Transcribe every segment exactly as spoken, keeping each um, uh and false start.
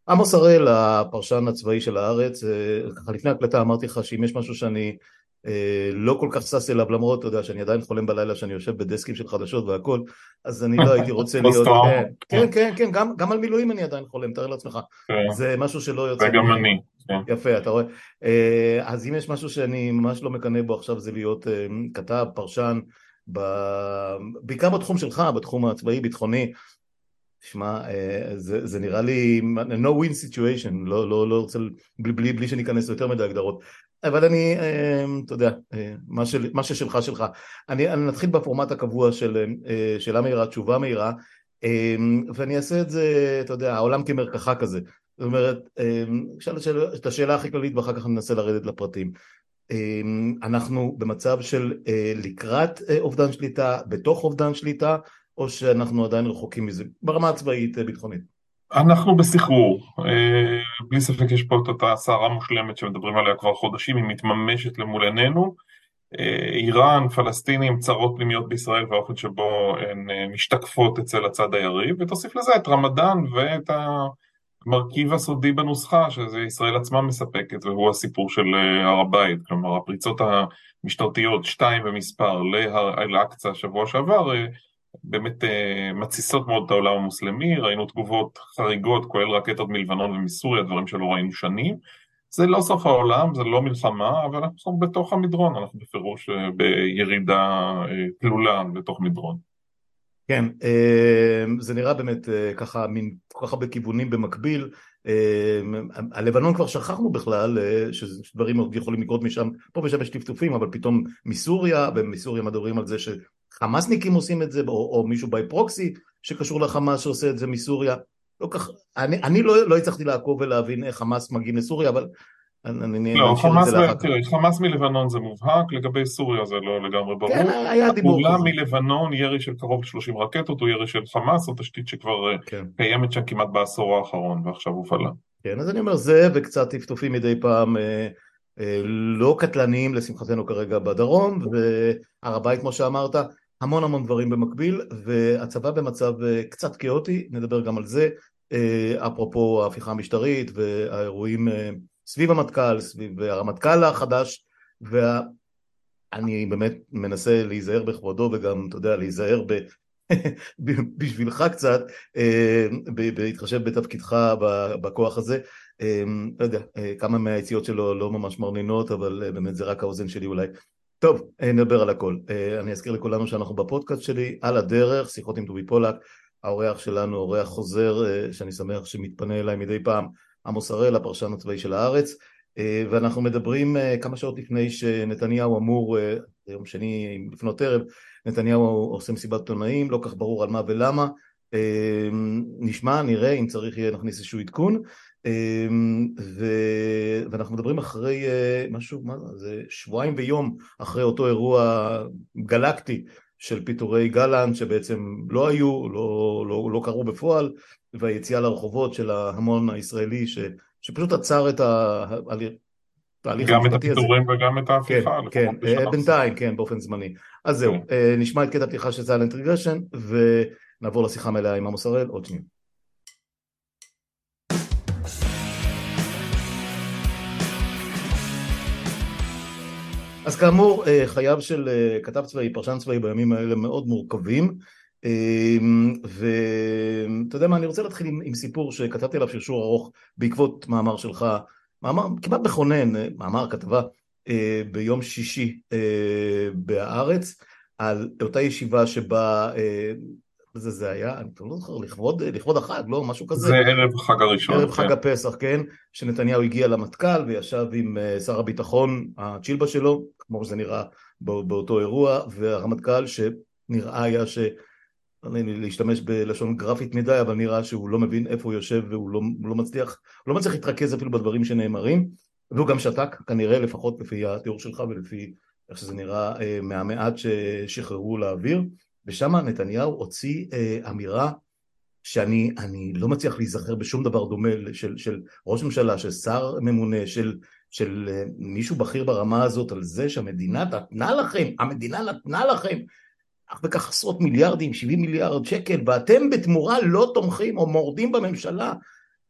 עמוס הראל, הפרשן הצבאי של הארץ, אה, ככה לפני הקלטה אמרתי לך שאם יש משהו שאני אה, לא כל כך שש אליו, למרות, אתה יודע, שאני עדיין חולם בלילה שאני יושב בדסקים של חדשות והכל, אז אני לא הייתי רוצה להיות, פוסט-טראומה. כן, כן, כן, כן, גם, גם על מילואים אני עדיין חולם, תאר לעצמך, כן, זה משהו שלא יוצא וגם מ... אני. כן. יפה, אתה רואה. אה, אז אם יש משהו שאני ממש לא מקנא בו עכשיו זה להיות אה, כתב, פרשן, ב... בעיקר בתחום שלך, בתחום הצבאי, ביטחוני, תשמע, אה, זה, זה נראה לי no win situation, לא, לא, לא רוצה, בלי, בלי, בלי שניכנס יותר מדי הגדרות, אבל אני, אה, אתה יודע, אה, מה, של, מה ששלך שלך. אני, אני נתחיל בפורמט הקבוע של אה, שאלה מהירה, תשובה מהירה, אה, ואני אעשה את זה, אתה יודע, העולם כמרקחה כזה. זאת אומרת, אה, אשאל את השאלה את השאלה הכי כללית ואחר כך ננסה לרדת לפרטים. אה, אנחנו במצב של אה, לקראת אה, אובדן שליטה, בתוך אובדן שליטה, או שאנחנו עדיין רחוקים מזה, ברמה הצבאית אה, ביטחונית. אנחנו בסחרור. אה, בלי ספק יש פה את אותה סערה מושלמת שמדברים עליה כבר חודשים, היא מתממשת למול עינינו. אה, איראן, פלסטינים, צרות פנימיות בישראל והאופן שבו הן אה, משתקפות אצל הצד היריב, ותוסיף לזה את רמדאן ואת המרכיב הסודי בנוסחה שזה ישראל עצמה מספקת, והוא הסיפור של אה, הר הבית. כלומר, הפריצות המשטרתיות, שתיים במספר, להר אל-אקצא שבוע שעבר, אה, באמת אה, מתסיסות מאוד את העולם המוסלמי. ראינו תגובות חריגות, כולל רקטות מלבנון ומסוריה, דברים שלא ראינו שנים. זה לא סוף העולם, זה לא מלחמה, אבל אנחנו בתוך המדרון, אנחנו בפירוש אה, בירידה אה, תלולה בתוך מדרון. כן, אה, זה נראה באמת אה, ככה, מין כל כך הרבה כיוונים במקביל. אה, הלבנון כבר שכחנו בכלל אה, שדברים עוד יכולים לקרות משם, פה ושם יש טפטופים, אבל פתאום מסוריה, ומסוריה מדברים על זה שחמאסניקים עושים את זה, או, או מישהו ביי פרוקסי שקשור לחמאס שעושה את זה מסוריה. לא כך, אני, אני לא, לא הצלחתי לעקוב ולהבין איך חמאס מגיעים לסוריה, אבל אני, אני, לא, נשאיר את זה חמאס, לאחר ב- כך. תראי, חמאס מלבנון זה מובהק, לגבי סוריה זה לא לגמרי כן, ברור. היה דיבור הפעולה כזה. מלבנון, ירי של קרוב ל-שלושים רקטות, הוא ירי של חמאס, או תשתית שכבר אה, כן. קיימת שם כמעט בעשור האחרון, ועכשיו הופעלה. כן, אז אני אומר זה וקצת טפטופים מדי פעם אה, אה, לא קטלניים לשמחתנו כרגע בדרום, והר הבית כמו שאמרת, המון המון דברים במקביל, והצבא במצב אה, קצת כאוטי, נדבר גם על זה, אה, אפרופו ההפיכה המשטרית והאירועים אה, סביב המטכ"ל, סביב הרמטכ"ל החדש, ואני באמת מנסה להיזהר בכבודו וגם, אתה יודע, להיזהר ב... בשבילך קצת, אה, ב- בהתחשב בתפקידך ב- בכוח הזה. אה, לא יודע, אה, כמה מהיציאות שלו לא ממש מרנינות, אבל אה, באמת זה רק האוזן שלי אולי. טוב, אה, נדבר על הכל. אה, אני אזכיר לכולנו שאנחנו בפודקאסט שלי, על הדרך, שיחות עם טובי פולק, האורח שלנו, אורח חוזר, אה, שאני שמח שמתפנה אליי מדי פעם, עמוס הראל, הפרשן הצבאי של הארץ, אה, ואנחנו מדברים אה, כמה שעות לפני שנתניהו אמור, אה, יום שני לפנות ערב, נתניהו עושה מסיבת עיתונאים, לא כך ברור על מה ולמה, נשמע, נראה, אם צריך יהיה נכניס איזשהו עדכון, ו... ואנחנו מדברים אחרי משהו, מה זה, שבועיים ויום אחרי אותו אירוע גלקטי של פיטורי גלנט, שבעצם לא היו, לא, לא, לא קרו בפועל, והיציאה לרחובות של ההמון הישראלי ש... שפשוט עצר את התהליך גם את המשפטי הזה. הפיטורים וגם את כן, ההפיכה, כן, לפחות אה, בשלב זה. בינתיים, כן, באופן זמני. אז זהו, כן. אה, נשמע את קטע פתיחה של סיילנט רגרשן, ונעבור לשיחה מלאה עם עמוס הראל, עוד שניה. אז כאמור, אה, חייו של אה, כתב צבאי, פרשן צבאי בימים האלה מאוד מורכבים, אה, ואתה יודע מה, אני רוצה להתחיל עם, עם סיפור שכתבתי עליו שרשור ארוך בעקבות מאמר שלך, מאמר כמעט מכונן, אה, מאמר כתבה, אה, ביום שישי אה, בהארץ, על אותה ישיבה שבה, אה, זה, זה היה, אני לא זוכר, לכבוד, לכבוד החג, לא? משהו כזה. זה ערב החג הראשון, ערב כן. חג הפסח, כן, שנתניהו הגיע למטכ"ל וישב עם אה, שר הביטחון, הצ'ילבה שלו, כמו שזה נראה בא, באותו אירוע, והרמטכ"ל שנראה היה ש... לא נעים לי להשתמש בלשון גרפית מדי, אבל נראה שהוא לא מבין איפה הוא יושב והוא לא, הוא לא מצליח, הוא לא מצליח להתרכז אפילו בדברים שנאמרים, והוא גם שתק, כנראה לפחות לפי התיאור שלך ולפי איך שזה נראה אה, מהמעט ששחררו לאוויר, ושם נתניהו הוציא אה, אמירה שאני אני לא מצליח להיזכר בשום דבר דומה של, של ראש ממשלה, של שר ממונה, של, של אה, מישהו בכיר ברמה הזאת, על זה שהמדינה נתנה לכם, המדינה נתנה לכם אך וכך עשרות מיליארדים, שבעים מיליארד שקל, ואתם בתמורה לא תומכים או מורדים בממשלה.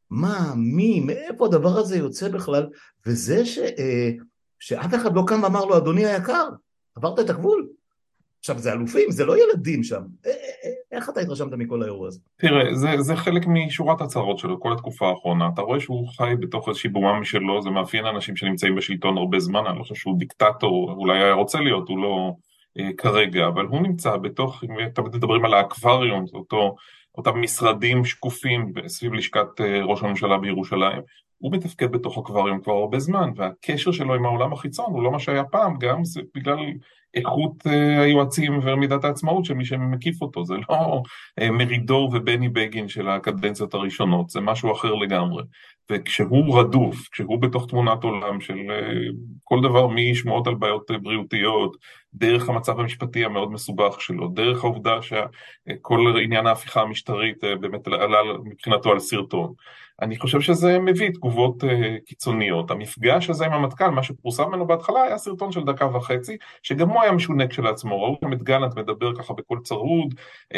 מה, מי, מאיפה הדבר הזה יוצא בכלל, וזה ש, אה, שאף אחד לא קם ואמר לו, אדוני היקר, עברת את הגבול. עכשיו, זה אלופים, זה לא ילדים שם. אה, אה, אה, איך אתה התרשמת מכל האירוע הזה? תראה, זה, זה חלק משורת הצהרות שלו, כל התקופה האחרונה. אתה רואה שהוא חי בתוך איזושהי בועה משלו, זה מאפיין אנשים שנמצאים בשלטון הרבה זמן, אני לא חושב שהוא דיקטטור, אולי היה רוצה להיות, הוא לא אה, כרגע, אבל הוא נמצא בתוך, אם תמיד מדברים על האקווריום, זה אותו, אותם משרדים שקופים סביב לשכת אה, ראש הממשלה בירושלים, הוא מתפקד בתוך אקווריום כבר הרבה זמן, והקשר שלו עם העולם החיצון הוא לא מה שהיה פעם, גם זה בגלל איכות אה, היועצים ומידת העצמאות של מי שמקיף אותו, זה לא מרידור ובני בגין של הקדנציות הראשונות, זה משהו אחר לגמרי. וכשהוא רדוף, כשהוא בתוך תמונת עולם של כל דבר משמועות על בעיות בריאותיות, דרך המצב המשפטי המאוד מסובך שלו, דרך העובדה שכל עניין ההפיכה המשטרית באמת עלה מבחינתו על סרטון. אני חושב שזה מביא תגובות קיצוניות. המפגש הזה עם המטכ"ל, מה שפורסם ממנו בהתחלה, היה סרטון של דקה וחצי, שגם הוא היה משונה כשלעצמו. ראו גם את גלנט מדבר ככה בקול צרוד,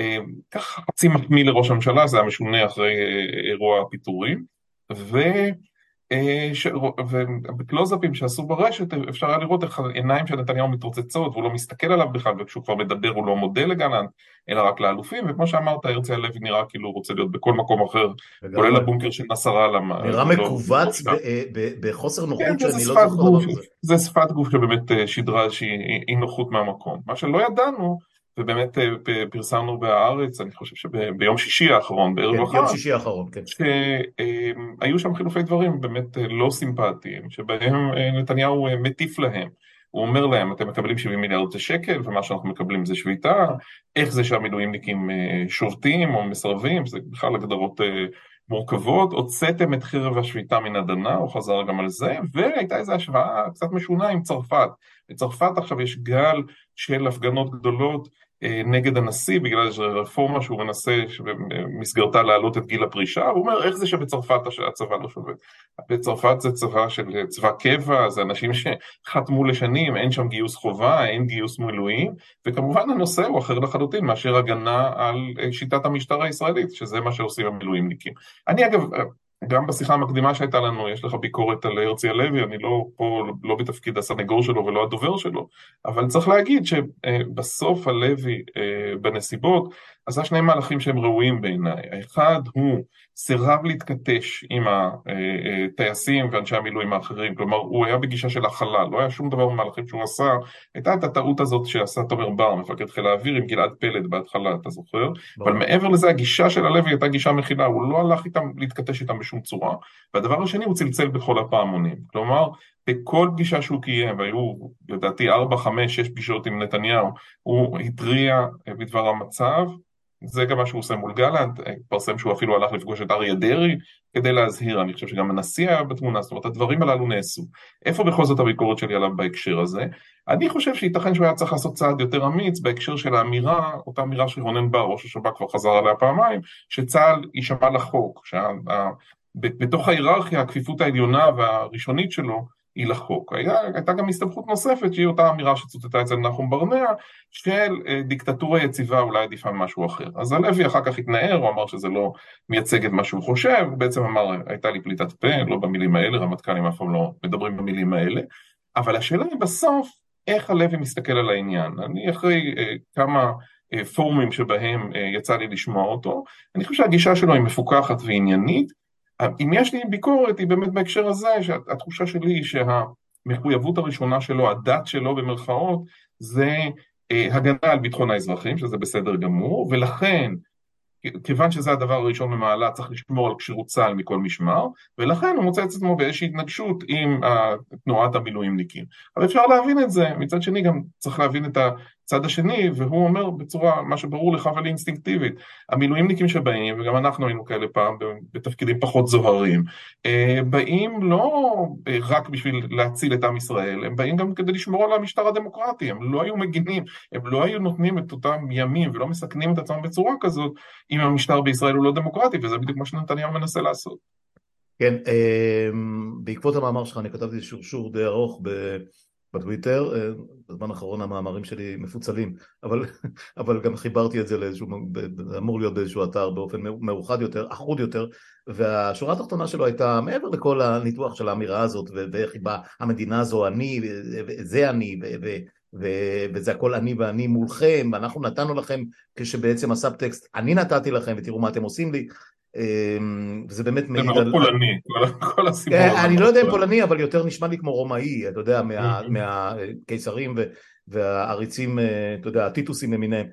ככה חצי מחמיא לראש הממשלה, זה היה משונה אחרי אירוע הפיטורים, ו... ש... ובקלוזאפים שעשו ברשת אפשר היה לראות איך העיניים של נתניהו מתרוצצות והוא לא מסתכל עליו בכלל, וכשהוא כבר מדבר הוא לא מודה לגלנט אלא רק לאלופים, וכמו שאמרת הרצי הלוי נראה כאילו הוא רוצה להיות בכל מקום אחר, כולל לגמרי. הבונקר של נסראללה. נראה לא, מכווץ לא ב- ב- בחוסר כן, נוחות וזה שאני לא שפת זוכר גוף, דבר כזה. זה שפת גוף שבאמת שידרה איזושהי אי נוחות מהמקום. מה שלא ידענו, ובאמת פרסמנו בהארץ, אני חושב שביום שישי האחרון, בערב כן, יום החג, שישי האחרון, כן. שהיו שם חילופי דברים באמת לא סימפטיים, שבהם נתניהו מטיף להם. הוא אומר להם, אתם מקבלים שבעים מיליארד שקל, ומה שאנחנו מקבלים זה שביתה, איך זה שהמילואימניקים שובתים או מסרבים, זה בכלל הגדרות מורכבות, הוצאתם את חרב השביתה מן הדנה, הוא חזר גם על זה, והייתה איזו השוואה קצת משונה עם צרפת. בצרפת עכשיו יש גל של הפגנות גדולות נגד הנשיא, בגלל איזו רפורמה שהוא מנסה במסגרתה להעלות את גיל הפרישה, הוא אומר איך זה שבצרפת הצבא לא שובת. בצרפת זה צבא של צבא קבע, זה אנשים שחתמו לשנים, אין שם גיוס חובה, אין גיוס מילואים, וכמובן הנושא הוא אחר לחלוטין מאשר הגנה על שיטת המשטר הישראלית, שזה מה שעושים המילואימניקים. אני אגב, גם בשיחה המקדימה שהייתה לנו, יש לך ביקורת על הרצי הלוי, אני לא פה, לא בתפקיד הסנגור שלו ולא הדובר שלו, אבל צריך להגיד שבסוף הלוי בנסיבות, עשה שני מהלכים שהם ראויים בעיניי. האחד הוא סירב להתכתש עם הטייסים ואנשי המילואים האחרים, כלומר הוא היה בגישה של הכלה, לא היה שום דבר במהלכים שהוא עשה, הייתה את הטעות הזאת שעשה תומר בר, מפקד חיל האוויר עם גלעד פלד בהתחלה, אתה זוכר? אבל מעבר לזה הגישה של הלוי הייתה גישה מכילה, הוא לא הלך איתם להתכתש איתם בשום צורה, והדבר השני הוא צלצל בכל הפעמונים, כלומר בכל פגישה שהוא קיים, והיו לדעתי ארבע, חמש, שש פגישות עם נתניהו, הוא התריע בדבר המצב, זה גם מה שהוא עושה מול גלנט, פרסם שהוא אפילו הלך לפגוש את אריה דרעי כדי להזהיר, אני חושב שגם הנשיא היה בתמונה, זאת אומרת הדברים הללו נעשו. איפה בכל זאת הביקורת שלי עליו בהקשר הזה? אני חושב שייתכן שהוא היה צריך לעשות צעד יותר אמיץ בהקשר של האמירה, אותה אמירה של רונן בר, ראש השב"כ כבר חזר עליה פעמיים, שצה"ל יישמע לחוק, שבתוך ההיררכיה, הכפיפות העליונה והראשונית שלו, היא לחוק. היה, הייתה גם הסתבכות נוספת שהיא אותה אמירה שצוטטה אצל נחום ברנע של דיקטטורה יציבה אולי עדיפה ממשהו אחר. אז הלוי אחר כך התנער, הוא אמר שזה לא מייצג את מה שהוא חושב, הוא בעצם אמר הייתה לי פליטת פה, לא במילים האלה, רמטכ"לים אף פעם לא מדברים במילים האלה, אבל השאלה היא בסוף איך הלוי מסתכל על העניין. אני אחרי אה, כמה אה, פורומים שבהם אה, יצא לי לשמוע אותו, אני חושב שהגישה שלו היא מפוקחת ועניינית, אם יש לי ביקורת היא באמת בהקשר הזה, שהתחושה שלי היא שהמחויבות הראשונה שלו, הדת שלו במרכאות, זה הגנה על ביטחון האזרחים, שזה בסדר גמור, ולכן, כיוון שזה הדבר הראשון במעלה, צריך לשמור על כשירות צה"ל מכל משמר, ולכן הוא מוצא את עצמו באיזושהי התנגשות עם תנועת המילואימניקים. אבל אפשר להבין את זה, מצד שני גם צריך להבין את הצד השני, והוא אומר בצורה, מה שברור לך אבל אינסטינקטיבית, המילואימניקים שבאים, וגם אנחנו היינו כאלה פעם בתפקידים פחות זוהרים, באים לא רק בשביל להציל את עם ישראל, הם באים גם כדי לשמור על המשטר הדמוקרטי, הם לא היו מגינים, הם לא היו נותנים את אותם ימים ולא מסכנים את עצמם בצורה כזאת, אם המשטר בישראל הוא לא דמוקרטי, וזה בדיוק מה שנתניהו מנסה לעשות. כן, בעקבות המאמר שלך אני כתבתי שורשור די ארוך בטוויטר, בזמן האחרון המאמרים שלי מפוצלים, אבל, אבל גם חיברתי את זה לאיזשהו, זה אמור להיות באיזשהו אתר באופן מאוחד יותר, אחוד יותר, והשורה התחתונה שלו הייתה מעבר לכל הניתוח של האמירה הזאת, ואיך היא באה, המדינה זו אני, זה אני, ו... ו- וזה הכל אני ואני מולכם, ואנחנו נתנו לכם, כשבעצם הסאבטקסט, אני נתתי לכם ותראו מה אתם עושים לי, וזה באמת זה מעיד מאוד על... פולני, כל, כל הסיפור הזה. אני לא יודע אם פולני. פולני, אבל יותר נשמע לי כמו רומאי, אתה יודע, מה, Mm-hmm. מהקיסרים והעריצים, אתה יודע, הטיטוסים למיניהם.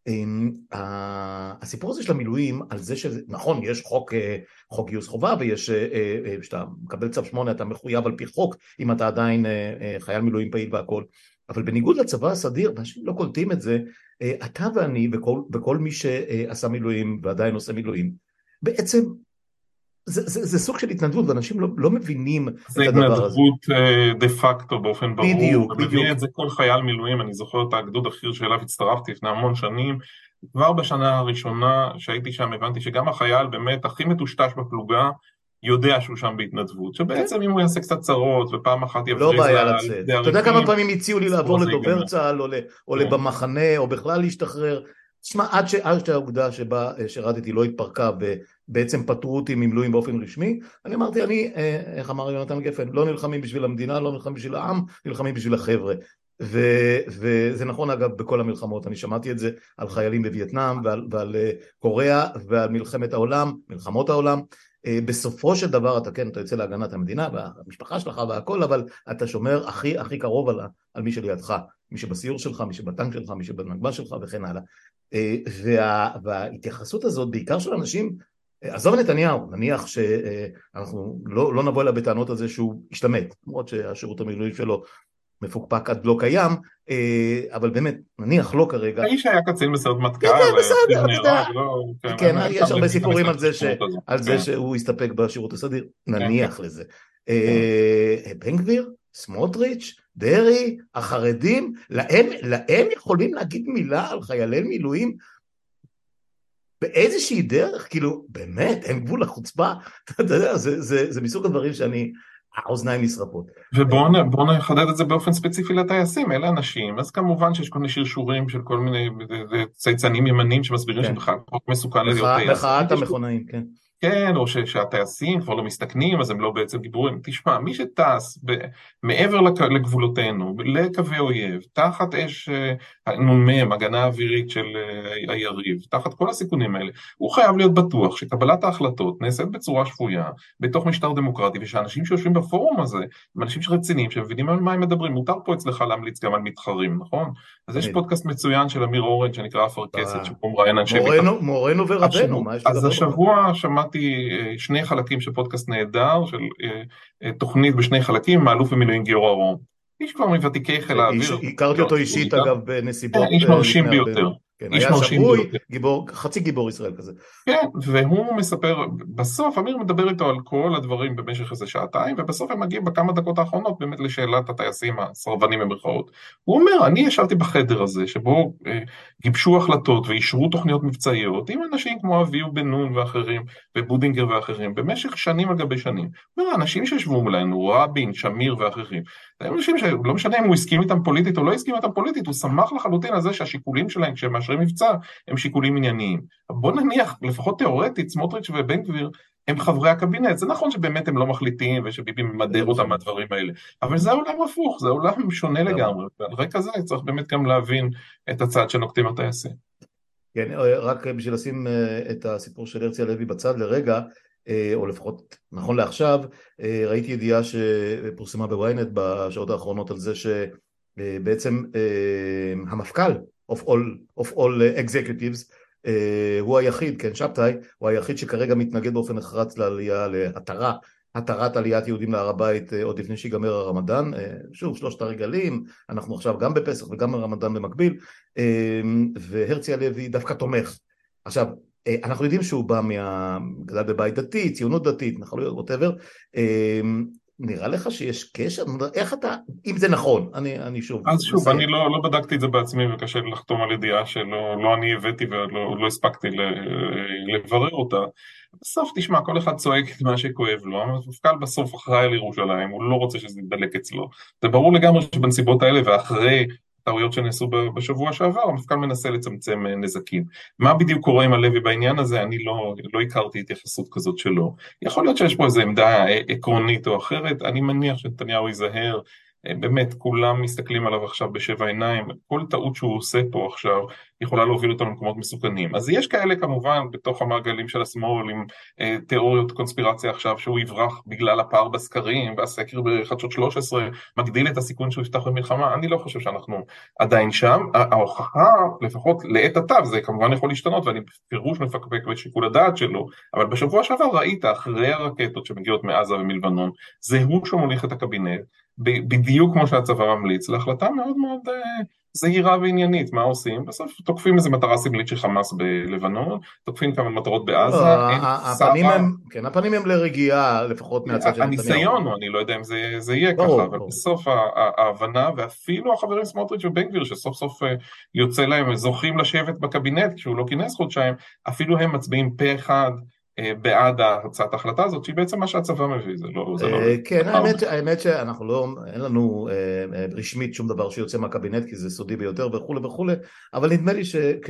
הסיפור הזה של המילואים, על זה שנכון, יש חוק, חוק גיוס חובה, ויש, שאתה מקבל צו שמונה, אתה מחויב על פי חוק, אם אתה עדיין חייל מילואים פעיל והכל, אבל בניגוד לצבא הסדיר, ואנשים לא קולטים את זה, אתה ואני וכל, וכל מי שעשה מילואים ועדיין עושה מילואים, בעצם זה, זה, זה סוג של התנדבות, ואנשים לא, לא מבינים זה את הדבר הזה. התנדבות דה פקטו באופן ברור, בדיוק, בדיוק. ומבין את זה כל חייל מילואים. אני זוכר את הגדוד החי"ר שאליו הצטרפתי לפני המון שנים, כבר בשנה הראשונה שהייתי שם הבנתי שגם החייל באמת הכי מטושטש בפלוגה, יודע שהוא שם בהתנדבות, שבעצם אם הוא יעשה קצת צרות ופעם אחת יבריז לא בעיה לצאת. אתה יודע כמה פעמים הציעו לי לעבור לדובר צה"ל או לבמחנה או בכלל להשתחרר. תשמע, עד שהאוגדה שבה שירתתי לא התפרקה ובעצם פטרו אותי ממילואים באופן רשמי, אני אמרתי, אני, איך אמר יונתן גפן, לא נלחמים בשביל המדינה, לא נלחמים בשביל העם, נלחמים בשביל החבר'ה. וזה נכון אגב בכל המלחמות, אני שמעתי את זה על חיילים בווייטנאם ועל קוריאה ועל מלחמת העולם, מלחמות העולם. בסופו של דבר אתה כן, אתה יוצא להגנת המדינה והמשפחה שלך והכל, אבל אתה שומר הכי הכי קרוב על, על מי שלידך, מי שבסיור שלך, מי שבטנק שלך, מי שבנגבה שלך וכן הלאה. וה, וההתייחסות הזאת, בעיקר של אנשים, עזוב נתניהו, נניח שאנחנו לא, לא נבוא אליה בטענות על זה שהוא השתמט, למרות שהשירות המילואים שלו מפוקפק עד לא קיים, אבל באמת, נניח לא כרגע. האיש היה קצין בסיירת מטכ"ל, בסדר, אתה יודע. כן, כן, יש הרבה סיפורים על זה, ש... על זה שהוא הסתפק בשירות הסדיר, נניח לזה. בן גביר, סמוטריץ', דרעי, החרדים, להם, להם יכולים להגיד מילה על חיילי מילואים באיזושהי דרך, כאילו, באמת, אין גבול לחוצפה, אתה יודע, זה, זה, זה מסוג הדברים שאני... האוזניים נשרפות. ובואו נחדד את זה באופן ספציפי לטייסים, אלה אנשים, אז כמובן שיש כל מיני שרשורים של כל מיני צייצנים ימנים שמסבירים שבכלל חוק מסוכן להיות טייס. מחאת המכונאים, כן. כן, או שהטייסים כבר לא מסתכנים, אז הם לא בעצם גיבורים. תשמע, מי שטס מעבר לגבולותינו, לקווי אויב, תחת אש נ"מ, הגנה אווירית של היריב, תחת כל הסיכונים האלה, הוא חייב להיות בטוח שקבלת ההחלטות נעשית בצורה שפויה, בתוך משטר דמוקרטי, ושאנשים שיושבים בפורום הזה, הם אנשים שרציניים, שמבינים על מה הם מדברים. מותר פה אצלך להמליץ גם על מתחרים, נכון? אז יש פודקאסט מצוין של אמיר אורן, שנקרא אפרכסת, שהוא מראיין אנשי ביטחון. מורנו ורבנו, מה יש לדבר? אז השבוע שמעתי שני חלקים של פודקאסט נהדר, של תוכנית בשני חלקים, מאלוף במילואים גיורא רום. איש כבר מוותיקי חיל האוויר. הכרתי אותו אישית אגב בנסיבות. איש מרשים ביותר. כן, היה שבוי, גיבור, חצי גיבור ישראל כזה. כן, והוא מספר, בסוף אמיר מדבר איתו על כל הדברים במשך איזה שעתיים, ובסוף הם מגיעים בכמה דקות האחרונות באמת לשאלת הטייסים הסרבנים במרכאות. הוא אומר, אני ישבתי בחדר הזה, שבו אה, גיבשו החלטות ואישרו תוכניות מבצעיות, עם אנשים כמו אביהו בן נון ואחרים, ובודינגר ואחרים, במשך שנים על גבי שנים. הוא אומר, האנשים שישבו מולנו, רבין, שמיר ואחרים, הם אנשים שלא משנה אם הוא הסכים איתם פוליטית או לא הסכים איתם פוליטית, הוא שמח לחלוטין על זה שהשיקולים שלהם כשהם מאשרים מבצע הם שיקולים ענייניים. בוא נניח, לפחות תיאורטית, סמוטריץ' ובן גביר הם חברי הקבינט. זה נכון שבאמת הם לא מחליטים ושביבי ממדר אותם מהדברים האלה, אבל זה העולם הפוך, זה העולם שונה לגמרי, ועל רקע זה צריך באמת גם להבין את הצד שנוקטים הטייסים. כן, רק בשביל לשים את הסיפור של הרצי הלוי בצד לרגע, או לפחות נכון לעכשיו, ראיתי ידיעה שפורסמה בוויינט בשעות האחרונות על זה שבעצם המפכ"ל of all, of all executives הוא היחיד, כן, שבתאי, הוא היחיד שכרגע מתנגד באופן נחרץ לעלייה, להתרה, התרת עליית יהודים להר הבית עוד לפני שיגמר הרמדאן. שוב, שלושת הרגלים, אנחנו עכשיו גם בפסח וגם ברמדאן במקביל, והרצי הלוי דווקא תומך. עכשיו, אנחנו יודעים שהוא בא מהגדל בבית דתי, ציונות דתית, נחלויות, whatever, נראה לך שיש קשר? איך אתה, אם זה נכון, אני, אני שוב אז שוב, מסיים. אני לא, לא בדקתי את זה בעצמי וקשה לי לחתום על ידיעה שלא לא אני הבאתי ולא לא הספקתי ל, לברר אותה. בסוף תשמע, כל אחד צועק את מה שכואב לו, המפכ"ל בסוף אחראי על ירושלים, הוא לא רוצה שזה ידלק אצלו. זה ברור לגמרי שבנסיבות האלה ואחרי טעויות שנעשו בשבוע שעבר, המפכ"ל מנסה לצמצם נזקים. מה בדיוק קורה עם הלוי בעניין הזה? אני לא, לא הכרתי התייחסות כזאת שלו. יכול להיות שיש פה איזו עמדה עקרונית או אחרת, אני מניח שנתניהו ייזהר. באמת, כולם מסתכלים עליו עכשיו בשבע עיניים, כל טעות שהוא עושה פה עכשיו יכולה להוביל אותו למקומות מסוכנים. אז יש כאלה כמובן בתוך המעגלים של השמאל עם אה, תיאוריות קונספירציה עכשיו שהוא יברח בגלל הפער בסקרים, והסקר בחדשות שלוש עשרה מגדיל את הסיכון שהוא יפתח במלחמה. אני לא חושב שאנחנו עדיין שם. ההוכחה, לפחות לעת עתה, זה כמובן יכול להשתנות, ואני בפירוש מפקפק בשיקול הדעת שלו, אבל בשבוע שעבר ראית אחרי הרקטות שמגיעות מעזה ומלבנון, זה הוא שמוליך את הקבינט, בדיוק כמו שהצבא ממליץ, להחלטה מאוד מאוד זהירה ועניינית. מה עושים? בסוף תוקפים איזו מטרה סמלית של חמאס בלבנון, תוקפים כמה מטרות בעזה, אין הפנים שרה. הם, כן, הפנים הם לרגיעה, לפחות מהצד של נתניהו. הניסיון, אני לא יודע אם זה, זה יהיה ברור, ככה, אבל ברור. בסוף ההבנה, ואפילו החברים סמוטריץ' ובן גביר, שסוף סוף יוצא להם, זוכים לשבת בקבינט, כשהוא לא כינס חודשיים, אפילו הם מצביעים פה אחד, בעד הצעת ההחלטה הזאת, שהיא בעצם מה שהצבא מביא, זה לא... זה לא... כן, האמת, האמת שאנחנו לא, אין לנו רשמית שום דבר שיוצא מהקבינט, כי זה סודי ביותר וכו' וכו', אבל נדמה לי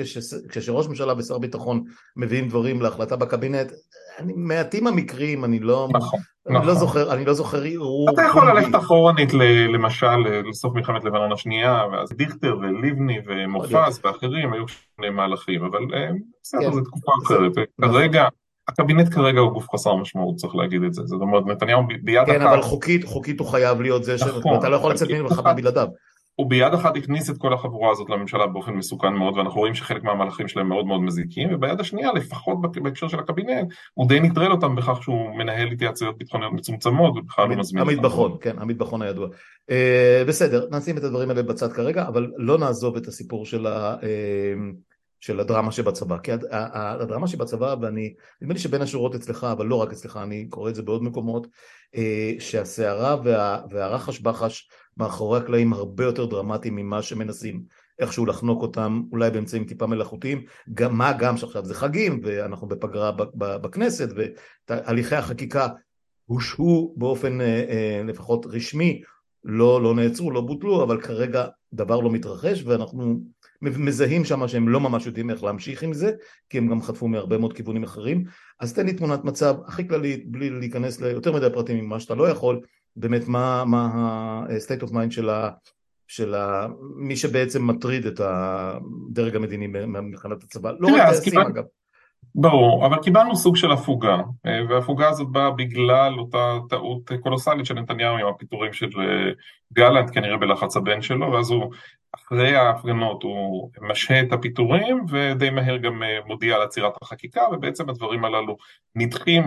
שכשראש ממשלה ושר ביטחון מביאים דברים להחלטה בקבינט, מעטים המקרים, אני לא... נכון, אני נכון. לא זוכר, אני לא זוכר ערעור אתה יכול ללכת אחורנית למשל לסוף מלחמת לבנון השנייה, ואז דיכטר וליבני ומופז ואחרים היו שני מהלכים, אבל בסדר, זו תקופה אחרת. כרגע הקבינט כרגע הוא גוף חסר משמעות, צריך להגיד את זה. זאת אומרת, נתניהו ביד אחת... כן, אבל חוקית, חוקית הוא חייב להיות זה, שאתה לא יכול לצאת מלחמה בלעדיו. הוא ביד אחת הכניס את כל החבורה הזאת לממשלה באופן מסוכן מאוד, ואנחנו רואים שחלק מהמהלכים שלהם מאוד מאוד מזיקים, וביד השנייה, לפחות בהקשר של הקבינט, הוא די נטרל אותם בכך שהוא מנהל התייעצויות ביטחוניות מצומצמות, ובכלל לא מזמין. המטבחון, כן, המטבחון הידוע. בסדר, נשים את הדברים האלה בצד כרגע, אבל לא נעזוב את הסיפור של ה... של הדרמה שבצבא, כי הדרמה שבצבא, ואני, נדמה לי שבין השורות אצלך, אבל לא רק אצלך, אני קורא את זה בעוד מקומות, שהסערה וה, והרחש בחש מאחורי הקלעים הרבה יותר דרמטיים ממה שמנסים איכשהו לחנוק אותם, אולי באמצעים טיפה מלאכותיים, גם, מה גם שעכשיו זה חגים, ואנחנו בפגרה בכנסת, והליכי החקיקה הושעו באופן לפחות רשמי, לא, לא נעצרו, לא בוטלו, אבל כרגע דבר לא מתרחש, ואנחנו מזהים שם שהם לא ממש יודעים איך להמשיך עם זה, כי הם גם חטפו מהרבה מאוד כיוונים אחרים. אז תן לי תמונת מצב הכי כללית, בלי להיכנס ליותר מדי פרטים ממה שאתה לא יכול, באמת מה, מה ה-state of mind של, ה, של ה, מי שבעצם מטריד את הדרג המדיני מבחינת הצבא, לא רק טייסים אגב. ברור, אבל קיבלנו סוג של הפוגה, והפוגה הזאת באה בגלל אותה טעות קולוסלית של נתניהו עם הפיטורים של גלנט, כנראה בלחץ הבן שלו, ואז הוא, אחרי ההפגנות, הוא משהה את הפיטורים, ודי מהר גם מודיע על עצירת החקיקה, ובעצם הדברים הללו נדחים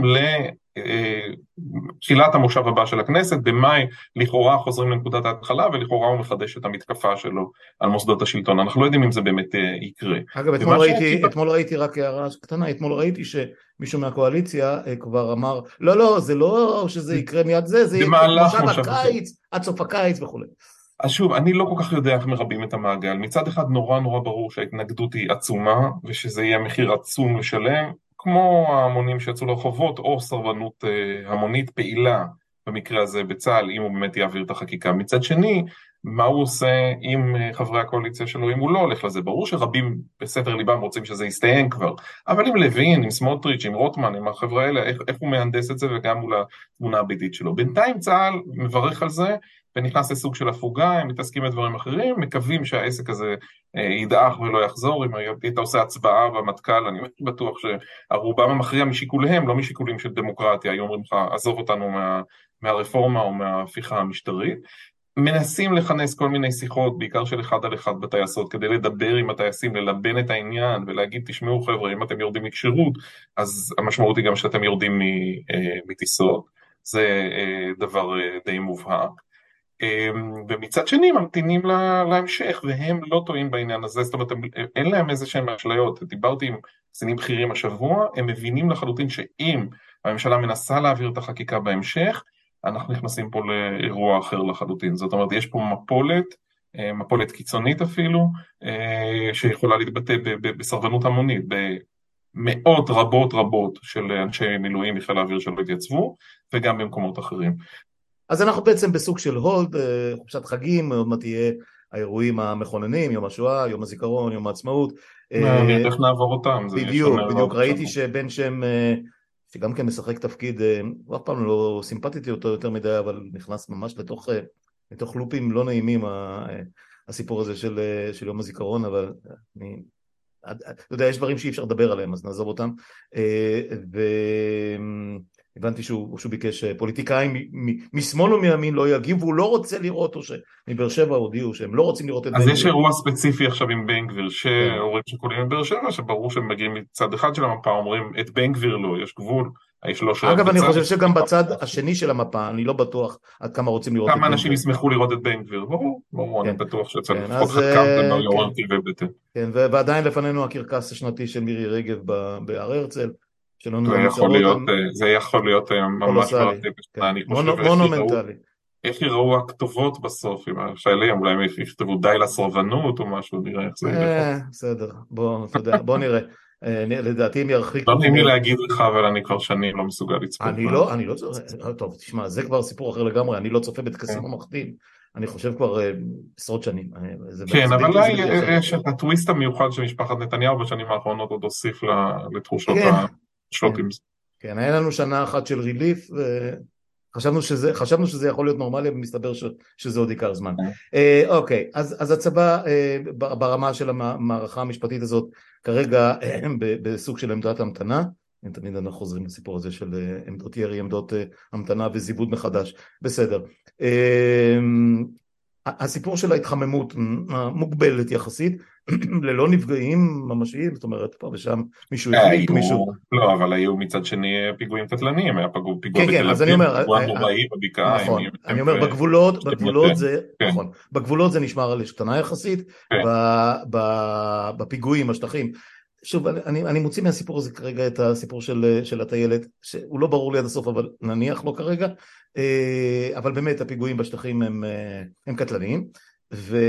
לתחילת המושב הבא של הכנסת, במאי לכאורה חוזרים לנקודת ההתחלה, ולכאורה הוא מחדש את המתקפה שלו על מוסדות השלטון. אנחנו לא יודעים אם זה באמת יקרה. אגב, אתמול ראיתי, אתמול ראיתי רק הערה קטנה, אתמול ראיתי שמישהו מהקואליציה כבר אמר, לא, לא, זה לא שזה יקרה מיד זה, זה יקרה מושב הקיץ, עד סוף הקיץ וכו'. אז שוב, אני לא כל כך יודע איך מרבים את המעגל. מצד אחד נורא נורא ברור שההתנגדות היא עצומה, ושזה יהיה מחיר עצום לשלם, כמו ההמונים שיצאו לרחובות, או סרבנות המונית פעילה, במקרה הזה בצה"ל, אם הוא באמת יעביר את החקיקה. מצד שני, מה הוא עושה עם חברי הקואליציה שלו, אם הוא לא הולך לזה? ברור שרבים בסתר ליבם רוצים שזה יסתיים כבר, אבל עם לוין, עם סמוטריץ', עם רוטמן, עם החברה האלה, איך, איך הוא מהנדס את זה, וגם מול התמונה הביתית שלו. בינתיים צה"ל מברך על זה, ונכנס לסוג של הפוגה, הם מתעסקים בדברים אחרים, מקווים שהעסק הזה ידעך ולא יחזור. אם היית עושה הצבעה במטכ"ל, אני בטוח שהרובם המכריע משיקוליהם, לא משיקולים של דמוקרטיה, היו אומרים לך, עזוב אותנו מה, מהרפורמה או מההפיכה המשטרית. מנסים לכנס כל מיני שיחות, בעיקר של אחד על אחד בטייסות, כדי לדבר עם הטייסים, ללבן את העניין, ולהגיד, תשמעו חבר'ה, אם אתם יורדים מכשירות, אז המשמעות היא גם שאתם יורדים מטיסות. זה דבר די מובהק. ומצד שני ממתינים להמשך, והם לא טועים בעניין הזה, זאת אומרת, אין להם איזה שהם אשליות. דיברתי עם קצינים בכירים השבוע, הם מבינים לחלוטין שאם הממשלה מנסה להעביר את החקיקה בהמשך, אנחנו נכנסים פה לאירוע אחר לחלוטין. זאת אומרת, יש פה מפולת, מפולת קיצונית אפילו, שיכולה להתבטא בסרבנות המונית, במאות רבות רבות של אנשי מילואים מחיל האוויר שלא התייצבו, וגם במקומות אחרים. אז אנחנו בעצם בסוג של הולד, חופשת חגים, עוד מעט תהיה האירועים המכוננים, יום השואה, יום הזיכרון, יום העצמאות. נראה איך נעבור אותם. בדיוק, בדיוק, ראיתי שבן שם, שגם כן משחק תפקיד, הוא אף פעם לא סימפטיתי אותו יותר מדי, אבל נכנס ממש לתוך, לתוך לופים לא נעימים, הסיפור הזה של, של יום הזיכרון, אבל אני, אתה יודע, יש דברים שאי אפשר לדבר עליהם, אז נעזוב אותם. ו... הבנתי שהוא, שהוא ביקש פוליטיקאים משמאל ומימין לא יגיבו, הוא לא רוצה לראות, או שמבאר שבע הודיעו שהם לא רוצים לראות את בן גביר. אז יש אירוע ספציפי עכשיו עם בן גביר, שהורים שקולים מבאר שבע, שברור שהם מגיעים מצד אחד של המפה, אומרים את בן גביר לא, יש גבול. אגב, אני חושב שגם בצד השני של המפה, אני לא בטוח עד כמה רוצים לראות את בן גביר. כמה אנשים ישמחו לראות את בן גביר, ברור, ברור, אני בטוח שיצא לפחות חלקם, זה לא יעורר טבעי בטן. כן, ועדיין לפנינו הקרקס השנתי של מירי רגב בהר הרצל, זה יכול להיות, זה יכול להיות ממש מונומנטלי. איך יראו הכתובות בסוף עם השאלים, אולי הם יכתבו די לסרבנות או משהו, נראה איך זה ילך. בסדר, בוא נראה. לדעתי הם ירחיקו... לא נעים לי להגיד לך, אבל אני כבר שנים לא מסוגל לצפות. אני לא, אני לא צופה, טוב, תשמע, זה כבר סיפור אחר לגמרי, אני לא צופה בטקסים ממלכתיים, אני חושב כבר עשרות שנים. כן, אבל יש את הטוויסט המיוחד של משפחת נתניהו בשנים האחרונות עוד הוסיף לתחושות השוטים. כן, היה לנו שנה אחת של ריליף, חשבנו שזה, חשבנו שזה יכול להיות נורמלי, ומסתבר שזה עוד עיקר זמן. אוקיי, אז הצבא ברמה של המערכה המשפטית הזאת, כרגע בסוג של עמדת המתנה, תמיד אנחנו חוזרים לסיפור הזה של עמדות ירי, עמדות המתנה וזיבוד מחדש, בסדר. הסיפור של ההתחממות מוגבלת יחסית, ללא נפגעים ממשיים, זאת אומרת, פה ושם מישהו החליק, מישהו... לא, אבל היו מצד שני פיגועים קטלניים, היה פיגוע בתל אביב, פיגוע נוראי בבקעה. נכון, אני אומר, בגבולות, בגבולות זה, נכון, בגבולות זה נשמר על השתנה יחסית, בפיגועים, השטחים. שוב, אני, אני מוציא מהסיפור הזה כרגע את הסיפור של, של הטיילת, שהוא לא ברור לי עד הסוף, אבל נניח לו כרגע, אבל באמת הפיגועים בשטחים הם, הם קטלניים, ואתה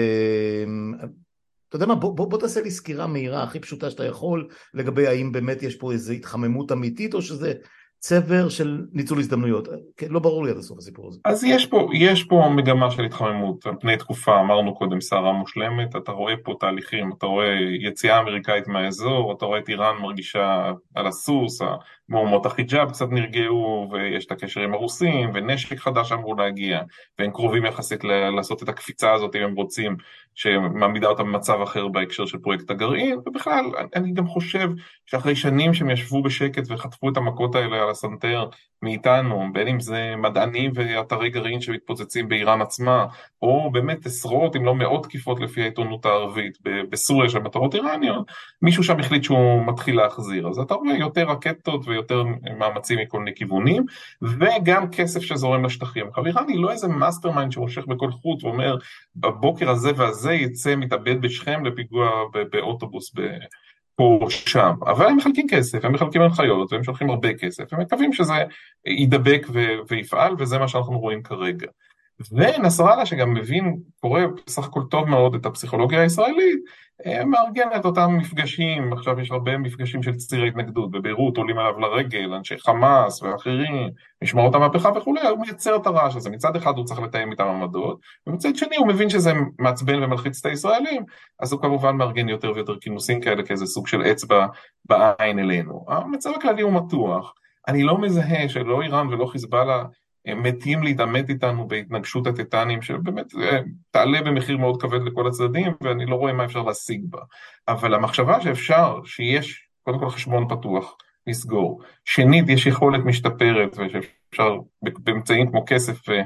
יודע מה, בוא, בוא, בוא תעשה לי סקירה מהירה, הכי פשוטה שאתה יכול, לגבי האם באמת יש פה איזו התחממות אמיתית, או שזה צבר של ניצול הזדמנויות, לא ברור לי עד הסוף הסיפור הזה. אז יש פה, יש פה מגמה של התחממות, על פני תקופה, אמרנו קודם, סערה מושלמת, אתה רואה פה תהליכים, אתה רואה יציאה אמריקאית מהאזור, אתה רואה את איראן מרגישה על הסוס, מהומות החיג'אב קצת נרגעו, ויש את הקשר עם הרוסים, ונשק חדש אמרו להגיע, והם קרובים יחסית לעשות את הקפיצה הזאת, אם הם רוצים, שמעמידה אותם במצב אחר בהקשר של פרויקט הגרעין, ובכלל, אני גם חושב שאחרי שנים שהם ישבו בשקט וחטפו את המכות האלה על הסנטר מאיתנו, בין אם זה מדענים ואתרי גרעין שמתפוצצים באיראן עצמה, או באמת עשרות אם לא מאות תקיפות לפי העיתונות הערבית בסוריה של מטרות איראניות, מישהו שם החליט שהוא מתחיל להחזיר, אז אתה רואה יותר רקטות ויותר מאמצים מכל מיני כיוונים, וגם כסף שזורם לשטחים. עכשיו איראן היא לא איזה מאסטר מיינד שמושך בכל חוט ואומר, בבוקר הזה והזה יצא מתאבד בשכם לפיגוע באוטובוס ב... פה שם, אבל הם מחלקים כסף, הם מחלקים הנחיות, והם שולחים הרבה כסף, הם מקווים שזה יידבק ו- ויפעל, וזה מה שאנחנו רואים כרגע. ונסראללה, שגם מבין, קורא בסך הכל טוב מאוד את הפסיכולוגיה הישראלית, מארגן את אותם מפגשים, עכשיו יש הרבה מפגשים של צירי התנגדות, בביירות עולים עליו לרגל, אנשי חמאס ואחרים, משמרות המהפכה וכו', הוא מייצר את הרעש הזה, מצד אחד הוא צריך לתאם איתם עמדות, ומצד שני הוא מבין שזה מעצבן ומלחיץ את הישראלים, אז הוא כמובן מארגן יותר ויותר כינוסים כאלה, כאיזה סוג של אצבע בעין אלינו. המצב הכללי הוא מתוח, אני לא מזהה שלא איראן ולא חיזבאללה, הם מתים להתעמת איתנו בהתנגשות הטיטנים שבאמת תעלה במחיר מאוד כבד לכל הצדדים ואני לא רואה מה אפשר להשיג בה, אבל המחשבה שאפשר, שיש קודם כל חשבון פתוח לסגור, שנית יש יכולת משתפרת ושאפשר באמצעים כמו כסף ו-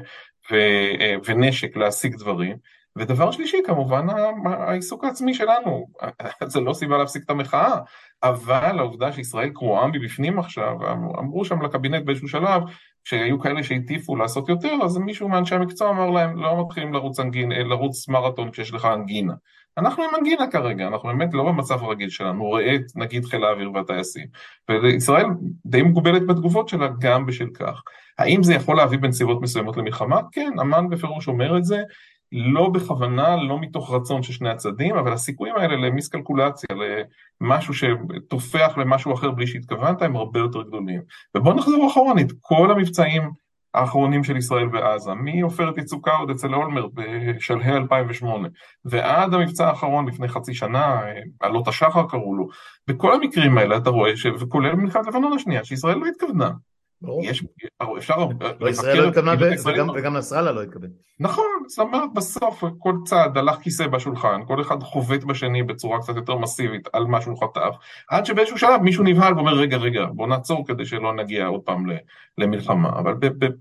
ו- ונשק להשיג דברים, ודבר שלישי כמובן העיסוק העצמי שלנו, זה לא סיבה להפסיק את המחאה, אבל העובדה שישראל קרועה מבפנים עכשיו, אמרו שם לקבינט באיזשהו שלב, כשהיו כאלה שהטיפו לעשות יותר, אז מישהו מאנשי המקצוע אמר להם, לא מתחילים לרוץ, אנגין, לרוץ מרתון כשיש לך אנגינה. אנחנו עם מנגינה כרגע, אנחנו באמת לא במצב הרגיל שלנו, ראה נגיד חיל האוויר והטייסים. וישראל די מגובלת בתגובות שלה גם בשל כך. האם זה יכול להביא בנסיבות מסוימות למלחמה? כן, אמן בפירוש אומר את זה, לא בכוונה, לא מתוך רצון של שני הצדדים, אבל הסיכויים האלה למיסקלקולציה, למשהו שתופח למשהו אחר בלי שהתכוונת, הם הרבה יותר גדולים. ובואו נחזור אחרונית, כל המבצעים האחרונים של ישראל בעזה, מעופרת יצוקה עוד אצל אולמרט בשלהי אלפיים ושמונה, ועד המבצע האחרון לפני חצי שנה, עלות השחר קראו לו, בכל המקרים האלה אתה רואה, ש... וכולל מלחמת לבנון השנייה, שישראל לא התכוונה. יש, אפשר לא ישראל לא התכוונה, וגם, וגם נסראללה לא התכוון. נכון, זאת אומרת, בסוף כל צעד הלך כיסא בשולחן, כל אחד חובט בשני בצורה קצת יותר מסיבית על מה שהוא חטף, עד שבאיזשהו שלב מישהו נבהל ואומר, רגע, רגע, בוא נעצור כדי שלא נגיע עוד פעם למלחמה. אבל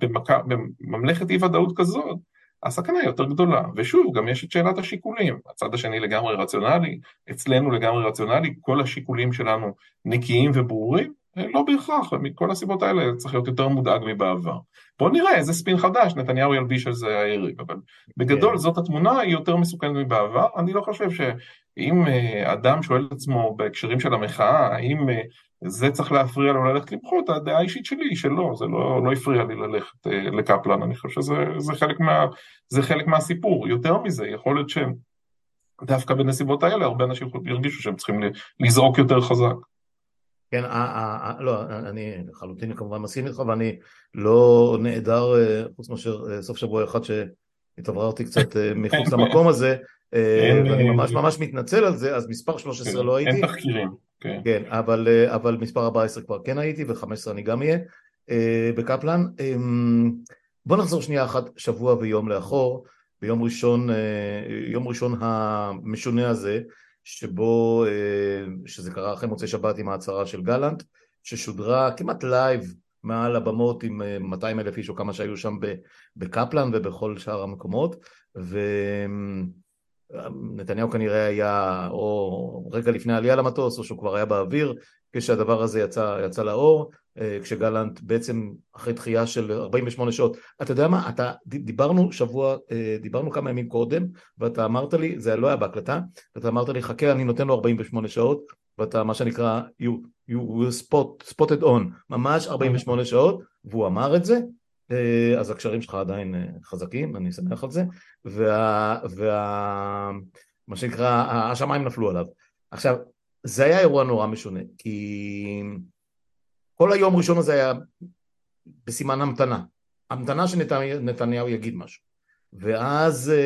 בממלכת אי ודאות כזאת, הסכנה היא יותר גדולה. ושוב, גם יש את שאלת השיקולים. הצד השני לגמרי רציונלי, אצלנו לגמרי רציונלי, כל השיקולים שלנו נקיים וברורים, לא בהכרח, ומכל הסיבות האלה צריך להיות יותר מודאג מבעבר. בואו נראה איזה ספין חדש, נתניהו ילביש על זה הערב, אבל בגדול זאת התמונה, היא יותר מסוכנת מבעבר. אני לא חושב שאם אדם שואל את עצמו בהקשרים של המחאה, האם זה צריך להפריע לו ללכת למחות, הדעה האישית שלי היא שלא, זה לא, לא הפריע לי ללכת לקפלן, אני חושב שזה זה חלק, מה, זה חלק מהסיפור. יותר מזה, יכול להיות שדווקא בנסיבות האלה, הרבה אנשים ירגישו שהם צריכים לזעוק יותר חזק. כן, לא, אני חלוטין כמובן מסכים איתך, ואני לא נעדר, חוץ מאשר סוף שבוע אחד שהתעבררתי קצת מחוץ למקום הזה, ואני ממש ממש מתנצל על זה, אז מספר שלוש עשרה לא הייתי. אין תחקירים. כן, אבל מספר ארבע עשרה כבר כן הייתי, ו-חמש עשרה אני גם אהיה בקפלן. בוא נחזור שנייה אחת, שבוע ויום לאחור, ביום ראשון, יום ראשון המשונה הזה, שבו, שזה קרה אחרי מוצאי שבת עם ההצהרה של גלנט, ששודרה כמעט לייב מעל הבמות עם מאתיים אלף איש או כמה שהיו שם בקפלן ובכל שאר המקומות, ונתניהו כנראה היה או רגע לפני העלייה למטוס או שהוא כבר היה באוויר כשהדבר הזה יצא, יצא לאור, כשגלנט בעצם אחרי דחייה של ארבעים ושמונה שעות, אתה יודע מה, אתה, דיברנו שבוע, דיברנו כמה ימים קודם, ואתה אמרת לי, זה לא היה בהקלטה, ואתה אמרת לי, חכה, אני נותן לו ארבעים ושמונה שעות, ואתה מה שנקרא, you, you will spot, spotted on, ממש ארבעים ושמונה שעות, והוא אמר את זה, אז הקשרים שלך עדיין חזקים, אני שמח על זה, וה, וה, מה שנקרא, השמיים נפלו עליו. עכשיו, זה היה אירוע נורא משונה, כי כל היום ראשון הזה היה בסימן המתנה, המתנה שנתניהו יגיד משהו, ואז אה,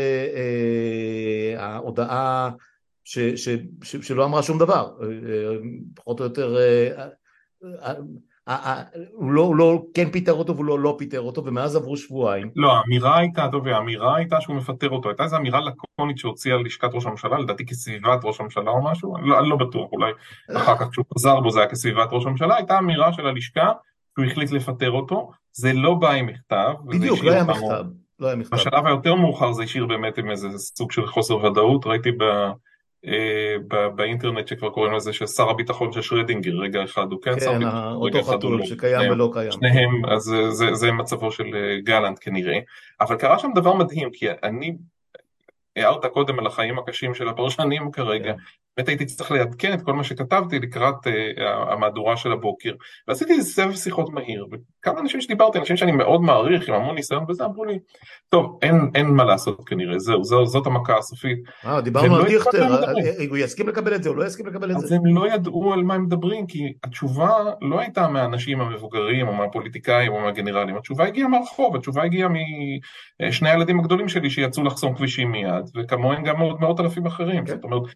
אה, ההודעה ש, ש, ש, שלא אמרה שום דבר, אה, פחות או יותר, אה, אה, הוא לא, הוא לא כן פיטר אותו והוא לא, לא פיטר אותו, ומאז עברו שבועיים. לא, האמירה הייתה, טוב, האמירה הייתה שהוא מפטר אותו, הייתה איזו אמירה לקונית שהוציאה לשכת ראש הממשלה, לדעתי כסביבת ראש הממשלה או משהו, אני לא, אני לא בטוח, אולי אחר כך כשהוא חזר בו זה היה כסביבת ראש הממשלה, הייתה אמירה של הלשכה שהוא החליט לפטר אותו, זה לא בא עם מכתב. בדיוק, לא היה מכתב, לא היה מכתב. בשלב היותר מאוחר זה השאיר באמת עם איזה סוג של חוסר ודאות, ראיתי ב... באינטרנט שכבר קוראים לזה ששר הביטחון של שרדינגר, רגע אחד הוא כן שר ביטחון, אותו חתול שקיים ולא קיים. שניהם, אז זה מצבו של גלנט כנראה, אבל קרה שם דבר מדהים, כי אני הערת קודם על החיים הקשים של הפרשנים כרגע, באמת הייתי צריך לעדכן את כל מה שכתבתי לקראת המהדורה של הבוקר, ועשיתי איזה סבב שיחות מהיר, וכמה אנשים שדיברתי, אנשים שאני מאוד מעריך, עם המון ניסיון וזה, אמרו לי, טוב, אין מה לעשות כנראה, זהו, זאת המכה הסופית. דיברנו על דיכטר, הוא יסכים לקבל את זה, הוא לא יסכים לקבל את זה. אז הם לא ידעו על מה הם מדברים, כי התשובה לא הייתה מהאנשים המבוגרים, או מהפוליטיקאים, או מהגנרלים, התשובה הגיעה מהרחוב, התשובה הגיעה משני הילדים הגדולים שלי, שיצאו לחסום כבישים מיד, וכמוהם גם עוד מאות אלפים אחרים, זאת אומרת,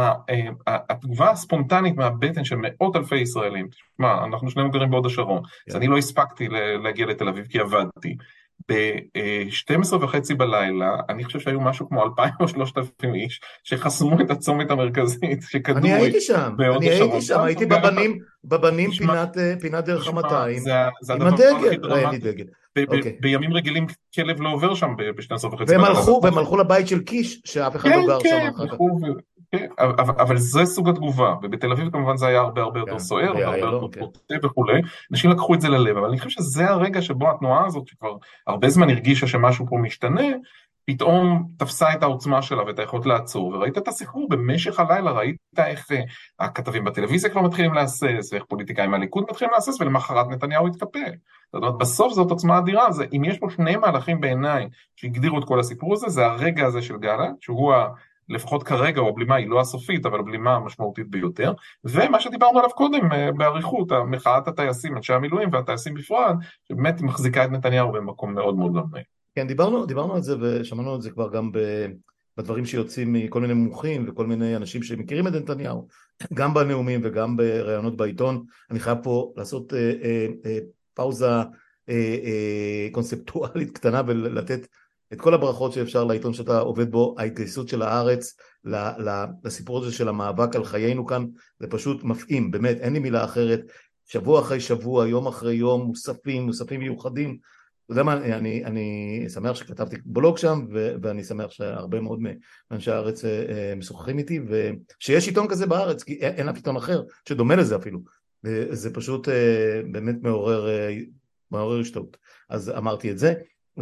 התגובה הספונטנית מהבטן של מאות אלפי ישראלים, תשמע, אנחנו שנינו גרים בהוד השרון, אז אני לא הספקתי להגיע לתל אביב כי עבדתי, ב-שתים עשרה וחצי בלילה, אני חושב שהיו משהו כמו אלפיים או שלושת אלפים איש, שחסמו את הצומת המרכזית, שקדמו. אני הייתי שם, אני הייתי שם, הייתי בבנים, בבנים פינת דרך המאתיים, עם הדגל, ראיתי דגל. בימים רגילים כלב לא עובר שם ב-שתים עשרה וחצי בלילה. והם הלכו לבית של קיש, שאף אחד לא גר שם אחר כך. כן, אבל זה סוג התגובה, ובתל אביב כמובן זה היה הרבה הרבה יותר סוער, הרבה יותר פוטה וכולי, אנשים לקחו את זה ללב, אבל אני חושב שזה הרגע שבו התנועה הזאת, שכבר הרבה זמן הרגישה שמשהו פה משתנה, פתאום תפסה את העוצמה שלה ואת היכולת לעצור, וראית את הסחרור במשך הלילה, ראית איך אה, הכתבים בטלוויזיה כבר מתחילים להסס, ואיך פוליטיקאים מהליכוד מתחילים להסס, ולמחרת נתניהו התקפל. זאת אומרת, בסוף זאת עוצמה אדירה, זה, אם יש פה שני מהלכים בעיניי שהגדירו את כל הסיפור הזה, זה הרגע הזה של גלנט, שהוא ה... לפחות כרגע, או הבלימה היא לא הסופית, אבל הבלימה המשמעותית ביותר, ומה שדיברנו עליו קודם, בעריכות, מחאת הטייסים, אנשי המילואים והטייסים בפרט, שבאמת מחזיקה את נתניהו במקום מאוד מאוד לא נעים. כן, דיברנו, דיברנו על זה ושמענו את זה כבר גם בדברים שיוצאים מכל מיני מומחים וכל מיני אנשים שמכירים את נתניהו, גם בנאומים וגם בראיונות בעיתון. אני חייב פה לעשות אה, אה, אה, פאוזה אה, אה, קונספטואלית קטנה ולתת את כל הברכות שאפשר לעיתון שאתה עובד בו. ההתגייסות של הארץ לסיפור הזה של המאבק על חיינו כאן, זה פשוט מפעים, באמת, אין לי מילה אחרת. שבוע אחרי שבוע, יום אחרי יום, מוספים, מוספים מיוחדים. אתה יודע מה, אני, אני שמח שכתבתי בלוג שם, ו, ואני שמח שהרבה מאוד מאנשי הארץ משוחחים איתי, ושיש עיתון כזה בארץ, כי אין אף עיתון אחר שדומה לזה אפילו. זה פשוט באמת מעורר, מעורר השתאות. אז אמרתי את זה.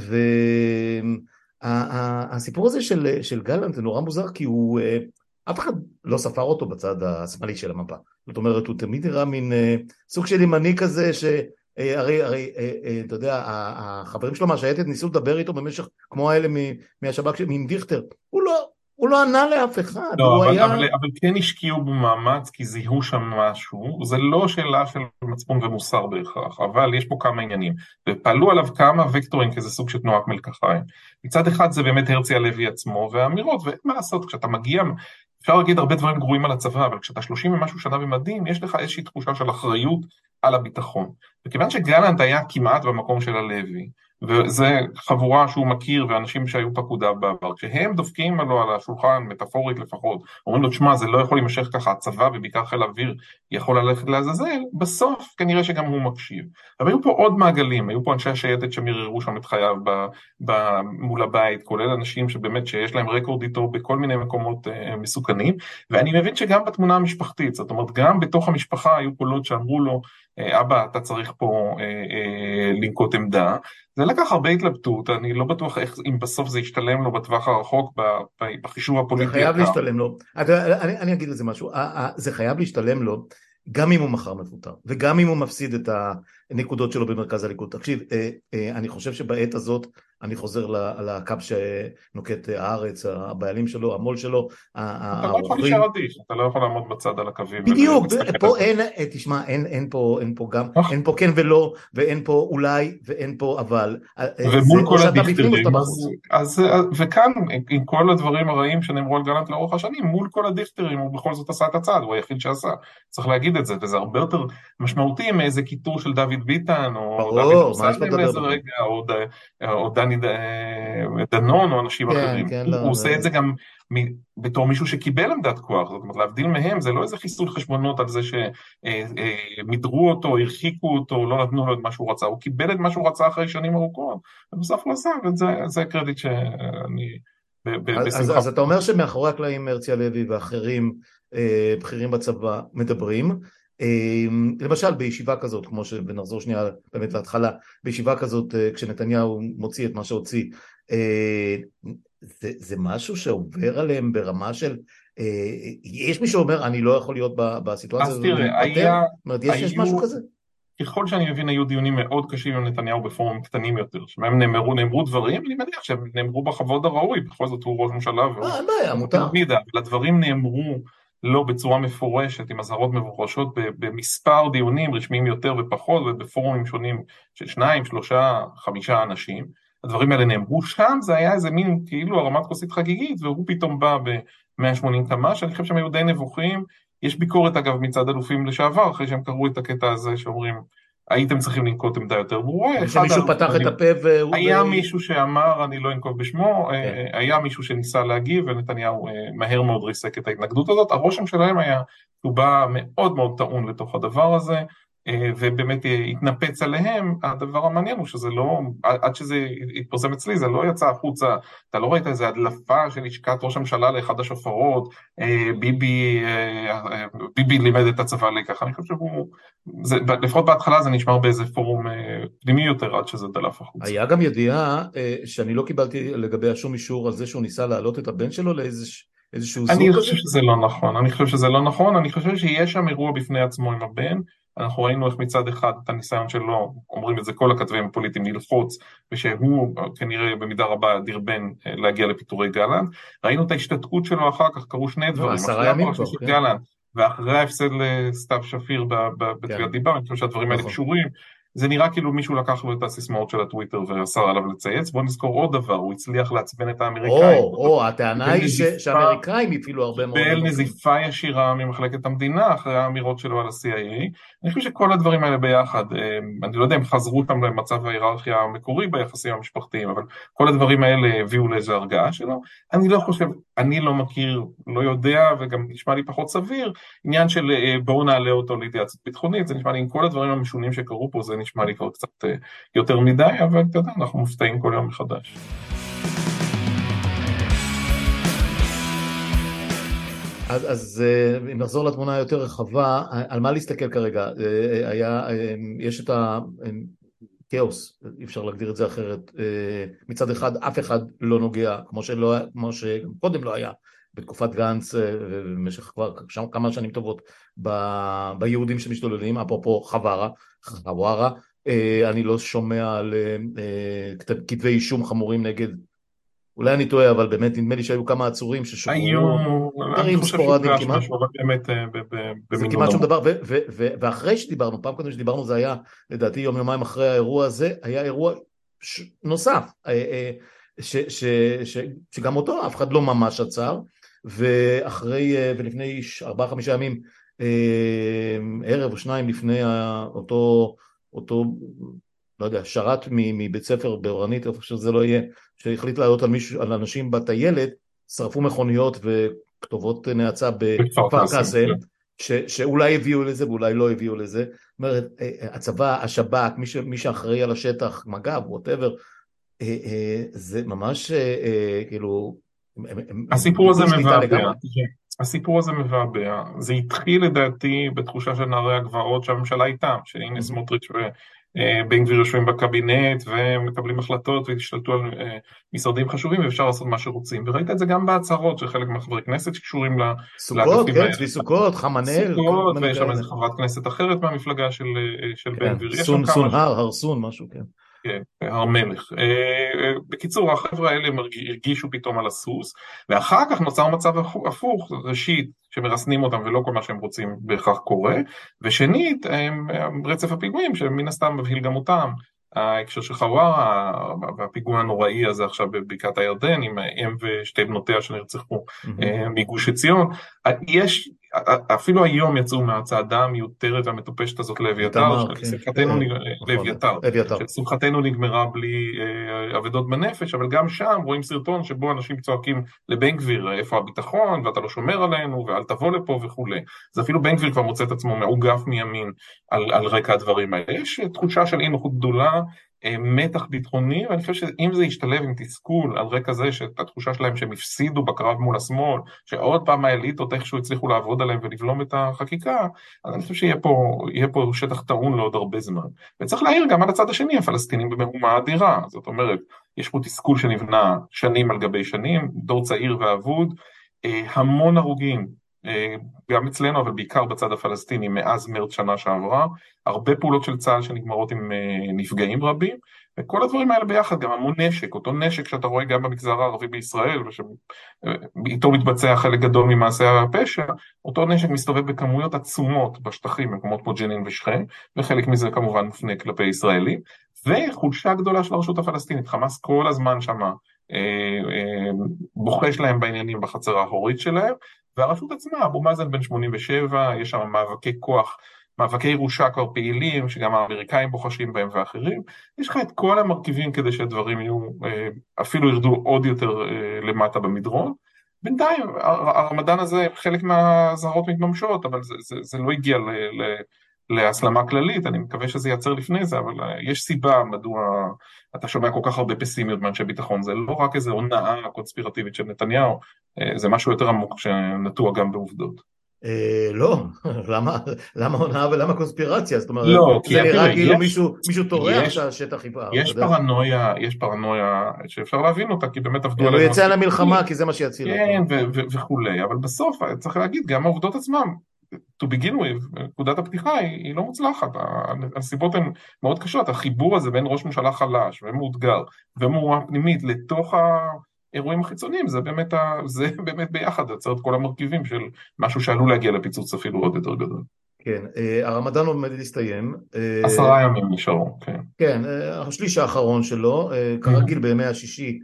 והסיפור הזה של, של גלנט זה נורא מוזר, כי הוא, אף אחד לא ספר אותו בצד השמאלי של המפה. זאת אומרת, הוא תמיד הראה מין סוג של ימני כזה, שהרי, הרי, אתה יודע, החברים שלו מהשייטת ניסו לדבר איתו במשך, כמו האלה מהשב"כ, עם דיכטר. הוא לא, הוא לא ענה לאף אחד. לא, אבל, היה... אבל, אבל כן השקיעו במאמץ, כי זיהו שם משהו, זה לא שאלה של מצפון ומוסר בהכרח, אבל יש פה כמה עניינים, ופעלו עליו כמה וקטורים כזה סוג של תנועת מלקחיים. מצד אחד זה באמת הרצי הלוי עצמו, והאמירות, ומה לעשות, כשאתה מגיע, אפשר להגיד הרבה דברים גרועים על הצבא, אבל כשאתה שלושים ומשהו שנה במדים, יש לך איזושהי תחושה של אחריות על הביטחון. וכיוון שגלנט היה כמעט במקום של הלוי, וזה חבורה שהוא מכיר, ואנשים שהיו פקודיו בעבר, כשהם דופקים לו על השולחן, מטאפורית לפחות, אומרים לו, תשמע, זה לא יכול להימשך ככה, הצבא ובעיקר חיל האוויר יכול ללכת לעזאזל, בסוף כנראה שגם הוא מקשיב. אבל היו פה עוד מעגלים, היו פה אנשי השייטת שמררו שם את חייו ב, ב, מול הבית, כולל אנשים שבאמת שיש להם רקורד איתו בכל מיני מקומות אה, מסוכנים, ואני מבין שגם בתמונה המשפחתית, זאת אומרת, גם בתוך המשפחה היו קולות שאמרו לו, אבא, אתה צריך פה אה, אה, לנקוט עמדה. זה לקח הרבה התלבטות, אני לא בטוח איך, אם בסוף זה ישתלם לו בטווח הרחוק, בחישוב הפוליטי. זה חייב להשתלם לו. אני, אני אגיד לזה משהו, זה חייב להשתלם לו, גם אם הוא מחר מפוטר, וגם אם הוא מפסיד את הנקודות שלו במרכז הליכוד. תקשיב, אני חושב שבעת הזאת, אני חוזר לקו שנוקט הארץ, הבעלים שלו, המול שלו, אתה לא יכול להישאר עדיף, אתה לא יכול לעמוד בצד על הקווים. בדיוק, פה אין, תשמע, אין פה, אין פה גם, אין פה כן ולא, ואין פה אולי, ואין פה אבל. ומול כל הדיכטרים, וכאן, עם כל הדברים הרעים שנאמרו על גלנט לאורך השנים, מול כל הדיכטרים הוא בכל זאת עשה את הצעד, הוא היחיד שעשה, צריך להגיד את זה, וזה הרבה יותר משמעותי מאיזה כיתור של דוד ביטן, או דוד אמסלם לאיזה רגע, או דני דנון, או אנשים אחרים. הוא עושה את זה גם בתור מישהו שקיבל עמדת כוח, זאת אומרת, להבדיל מהם, זה לא איזה חיסול חשבונות על זה שמדרו אותו, הרחיקו אותו, לא נתנו לו את מה שהוא רצה, הוא קיבל את מה שהוא רצה אחרי שנים ארוכות, ובסוף לא עשה, וזה קרדיט שאני בשמחה. אז אתה אומר שמאחורי הקלעים הרצי הלוי ואחרים בכירים בצבא מדברים, למשל בישיבה כזאת, כמו שנחזור שנייה באמת להתחלה, בישיבה כזאת כשנתניהו מוציא את מה שהוציא, זה, זה משהו שעובר עליהם ברמה של, יש מי שאומר אני לא יכול להיות בסיטואציה הזאת, אז תראה, היה, יש, יש משהו כזה? ככל שאני מבין, היו דיונים מאוד קשים עם נתניהו בפורומים קטנים יותר, שבהם נאמרו, נאמרו דברים, אני מניח שהם נאמרו בכבוד הראוי, בכל זאת הוא ראש ממשלה, אה, אין בעיה, מותר. אבל הדברים נאמרו לא בצורה מפורשת, עם אזהרות מבוקשות, במספר דיונים רשמיים יותר ופחות, ובפורומים שונים של שניים, שלושה, חמישה אנשים. הדברים האלה נאמרו שם, זה היה איזה מין כאילו הרמת כוסית חגיגית, והוא פתאום בא ב-מאה ושמונים קמ"ש, אני חושב שהם היו די נבוכים. יש ביקורת אגב מצד אלופים לשעבר, אחרי שהם קראו את הקטע הזה שאומרים, הייתם צריכים לנקוט עמדה יותר ברורה. שמישהו פתח את הפה והוא... היה מישהו שאמר, אני לא אנקוט בשמו, היה מישהו שניסה להגיב, ונתניהו מהר מאוד ריסק את ההתנגדות הזאת. הרושם שלהם היה, הוא בא מאוד מאוד טעון לתוך הדבר הזה, ובאמת התנפץ עליהם. הדבר המעניין הוא שזה לא, עד שזה התפרסם אצלי, זה לא יצא החוצה, אתה לא ראית איזו הדלפה של לשכת ראש הממשלה לאחד השופרות, ביבי, ביבי לימד את הצבא לכך. אני חושב שהוא, זה, לפחות בהתחלה זה נשמר באיזה פורום פנימי יותר, עד שזה דלף החוצה. היה גם ידיעה שאני לא קיבלתי לגבי שום אישור על זה שהוא ניסה להעלות את הבן שלו לאיזשהו זוג. אני חושב שזה לא נכון, אני חושב שזה לא נכון, אני חושב שיש שם אירוע בפני עצמו עם הבן. אנחנו ראינו איך מצד אחד את הניסיון שלו, אומרים את זה כל הכתבים הפוליטיים, ללחוץ, ושהוא כנראה במידה רבה דרבן להגיע לפיטורי גלנט. ראינו את ההשתתקות שלו אחר כך, קרו שני דברים, עשרה ימים כבר, כן. גלנט, ואחרי ההפסד לסתיו שפיר בתביעת דיבה, אני חושב שהדברים האלה קשורים. זה נראה כאילו מישהו לקח לו את הסיסמאות של הטוויטר ואסר עליו לצייץ. בוא נזכור עוד דבר, הוא הצליח לעצבן את האמריקאים. או, או, הטענה היא שהאמריקאים הפעילו הרבה מאוד. קיבל נזיפה ישירה ממחלקת המדינה אחרי האמירות שלו על ה-סי איי איי. אני חושב שכל הדברים האלה ביחד, אני לא יודע אם חזרו אותם למצב ההיררכיה המקורי ביחסים המשפחתיים, אבל כל הדברים האלה הביאו לאיזו הרגעה שלו. אני לא חושב, אני לא מכיר, לא יודע, וגם נשמע לי פחות סביר, עניין של בואו נעלה אותו להתייעצות ביטחונית. זה נשמע לי עם כל הדברים המשונים שקרו פה, זה נשמע לי כבר קצת יותר מדי, אבל אתה יודע, אנחנו מופתעים כל יום מחדש. אז, אז אם נחזור לתמונה היותר רחבה, על מה להסתכל כרגע? היה, יש את הכאוס, אי אפשר להגדיר את זה אחרת. מצד אחד, אף אחד לא נוגע, כמו שלא, כמו שקודם לא היה, בתקופת גנץ, במשך כבר כמה שנים טובות, ב, ביהודים שמשתוללים, אפרופו חווארה, חווארה, אני לא שומע על כתבי אישום חמורים נגד, אולי אני טועה, אבל באמת נדמה לי שהיו כמה עצורים ששוחררו, דברים ספורדיים כמעט, זה כמעט שום דבר, ואחרי שדיברנו, פעם קודם שדיברנו, זה היה לדעתי יום יומיים אחרי האירוע הזה, היה אירוע נוסף, שגם אותו אף אחד לא ממש עצר, ואחרי, ולפני ארבעה חמישה ימים, ערב או שניים לפני אותו, אותו, לא יודע, שרת מבית ספר באורנית, איפה שזה לא יהיה, שהחליט לעלות על מישהו, על אנשים בטיילת, שרפו מכוניות וכתובות נאצה בכפר קאסם, שאולי הביאו לזה ואולי לא הביאו לזה. זאת אומרת, הצבא, השב"כ, מי, ש, מי שאחראי על השטח, מג"ב, whatever, זה ממש כאילו... הסיפור הזה מבעבע. הסיפור הזה מבעבע. זה התחיל לדעתי בתחושה של נערי הגבעות שהממשלה איתם, שהנה סמוטריץ' ובן גביר יושבים בקבינט ומקבלים החלטות והשתלטו על משרדים חשובים ואפשר לעשות מה שרוצים. וראית את זה גם בהצהרות של חלק מהחברי כנסת שקשורים לאגפים האלה. סוכות, כן, צבי סוכות, חמנאל. סוכות, ויש שם איזה חברת כנסת אחרת מהמפלגה של בן גביר. סון, סון הר, הרסון, משהו, כן. כן, הר מלך. בקיצור, החבר'ה האלה הרגישו פתאום על הסוס, ואחר כך נוצר מצב הפוך, ראשית, שמרסנים אותם ולא כל מה שהם רוצים בהכרח קורה, ושנית, רצף הפיגועים, שמן הסתם מבהיל גם אותם, ההקשר של חווארה, והפיגוע הנוראי הזה עכשיו בבקעת הירדן, עם אם ושתי בנותיה שנרצחו מגוש עציון, יש... אפילו היום יצאו מהצעדה המיותרת והמטופשת הזאת לאביתר, ששמחתנו נגמרה בלי עבדות בנפש, אבל גם שם רואים סרטון שבו אנשים צועקים לבן גביר, איפה הביטחון, ואתה לא שומר עלינו, ואל תבוא לפה וכו'. אז אפילו בן גביר כבר מוצא את עצמו מעוגף מימין על, על רקע הדברים האלה. יש תחושה של אי נוחות גדולה, מתח ביטחוני, ואני חושב שאם זה ישתלב עם תסכול על רקע זה שהתחושה שלהם שהם הפסידו בקרב מול השמאל, שעוד פעם האליטות איכשהו הצליחו לעבוד עליהם ולבלום את החקיקה, אז אני חושב שיהיה פה, יהיה פה שטח טעון לעוד הרבה זמן. וצריך להעיר גם על הצד השני, הפלסטינים במהומה אדירה, זאת אומרת, יש פה תסכול שנבנה שנים על גבי שנים, דור צעיר ואבוד, המון הרוגים, גם אצלנו, אבל בעיקר בצד הפלסטיני, מאז מרץ שנה שעברה, הרבה פעולות של צה"ל שנגמרות עם נפגעים רבים, וכל הדברים האלה ביחד, גם המון נשק, אותו נשק שאתה רואה גם במגזר הערבי בישראל, ושאיתו מתבצע חלק גדול ממעשה הפשע, אותו נשק מסתובב בכמויות עצומות בשטחים, במקומות כמו ג'נין ושכם, וחלק מזה כמובן מופנה כלפי ישראלים, וחולשה גדולה של הרשות הפלסטינית, חמאס כל הזמן שמה, בוחש להם בעניינים בחצר האחורית שלהם, והרשות עצמה, אבו מאזן בן שמונים ושבע, יש שם מאבקי כוח, מאבקי ירושה כבר פעילים, שגם האמריקאים בוחשים בהם ואחרים, יש לך את כל המרכיבים כדי שהדברים יהיו, אפילו ירדו עוד יותר למטה במדרון. בינתיים, הרמדאן הזה, חלק מהזהרות מתממשות, אבל זה, זה, זה לא הגיע ל, ל, להסלמה כללית, אני מקווה שזה ייצר לפני זה, אבל יש סיבה מדוע אתה שומע כל כך הרבה פסימיות מאנשי ביטחון, זה לא רק איזו הונאה קונספירטיבית של נתניהו, זה משהו יותר עמוק שנטוע גם בעובדות. לא, למה, למה הונאה ולמה קונספירציה? זאת אומרת, לא, כי זה נראה תראה, כאילו יש, מישהו, מישהו טורח יש, שהשטח יבער, אתה יש יודע. פרנויה, יש פרנויה שאפשר להבין אותה, כי באמת עבדו הוא עלינו יצא מספיק. למלחמה כי זה מה שיציל אותו. כן, ו- ו- וכולי, אבל בסוף צריך להגיד, גם העובדות עצמם, to begin with, נקודת הפתיחה היא, היא לא מוצלחת, הנסיבות הן מאוד קשות, החיבור הזה בין ראש ממשלה חלש ומאותגר ומהומה פנימית לתוך האירועים החיצוניים, זה באמת, ה- זה באמת ביחד, יוצר את כל המרכיבים של משהו שעלול להגיע לפיצוץ אפילו עוד יותר גדול. כן, אה, הרמדאן עומד להסתיים. אה, עשרה ימים נשארו, כן. כן, אה, השליש האחרון שלו, אה, כרגיל בימי השישי,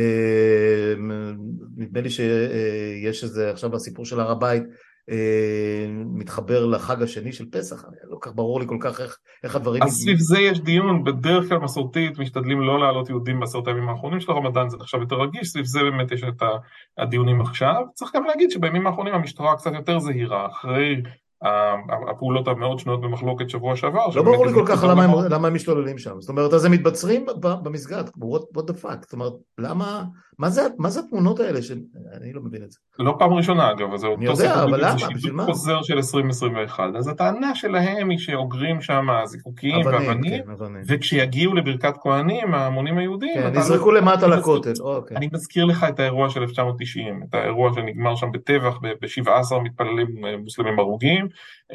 אה, נדמה לי שיש איזה, עכשיו הסיפור של הר הבית, אה, מתחבר לחג השני של פסח, לא כך ברור לי כל כך איך, איך הדברים... אז סביב זה יש דיון, בדרך כלל מסורתית, משתדלים לא להעלות יהודים בעשרת הימים האחרונים של הרמדאן, זה נחשב יותר רגיש, סביב זה באמת יש את הדיונים עכשיו. צריך גם להגיד שבימים האחרונים המשטרה קצת יותר זהירה, אחרי הפעולות המאוד שנויות במחלוקת שבוע שעבר. לא ברור לי כל כך למה הם, למה הם משתוללים שם, זאת אומרת, אז הם מתבצרים במסגד, what, what the fuck, זאת אומרת, למה, מה זה, מה זה התמונות האלה, שאני לא מבין את זה. לא פעם ראשונה אגב, זה אותו יודע, אבל למה? זה בשביל שידור מה? חוזר של עשרים עשרים ואחת, אז הטענה שלהם היא שאוגרים שם זיקוקים אבנים, ואבנים, כן, אבנים. וכשיגיעו לברכת כהנים, ההמונים היהודים, כן, נזרקו לא... למטה לכותל, אוקיי. אני מזכיר לך את האירוע של אלף תשע מאות תשעים, את האירוע שנגמר שם בטבח, ב-שבעה עשר מתפללים מוסלמים הרוגים.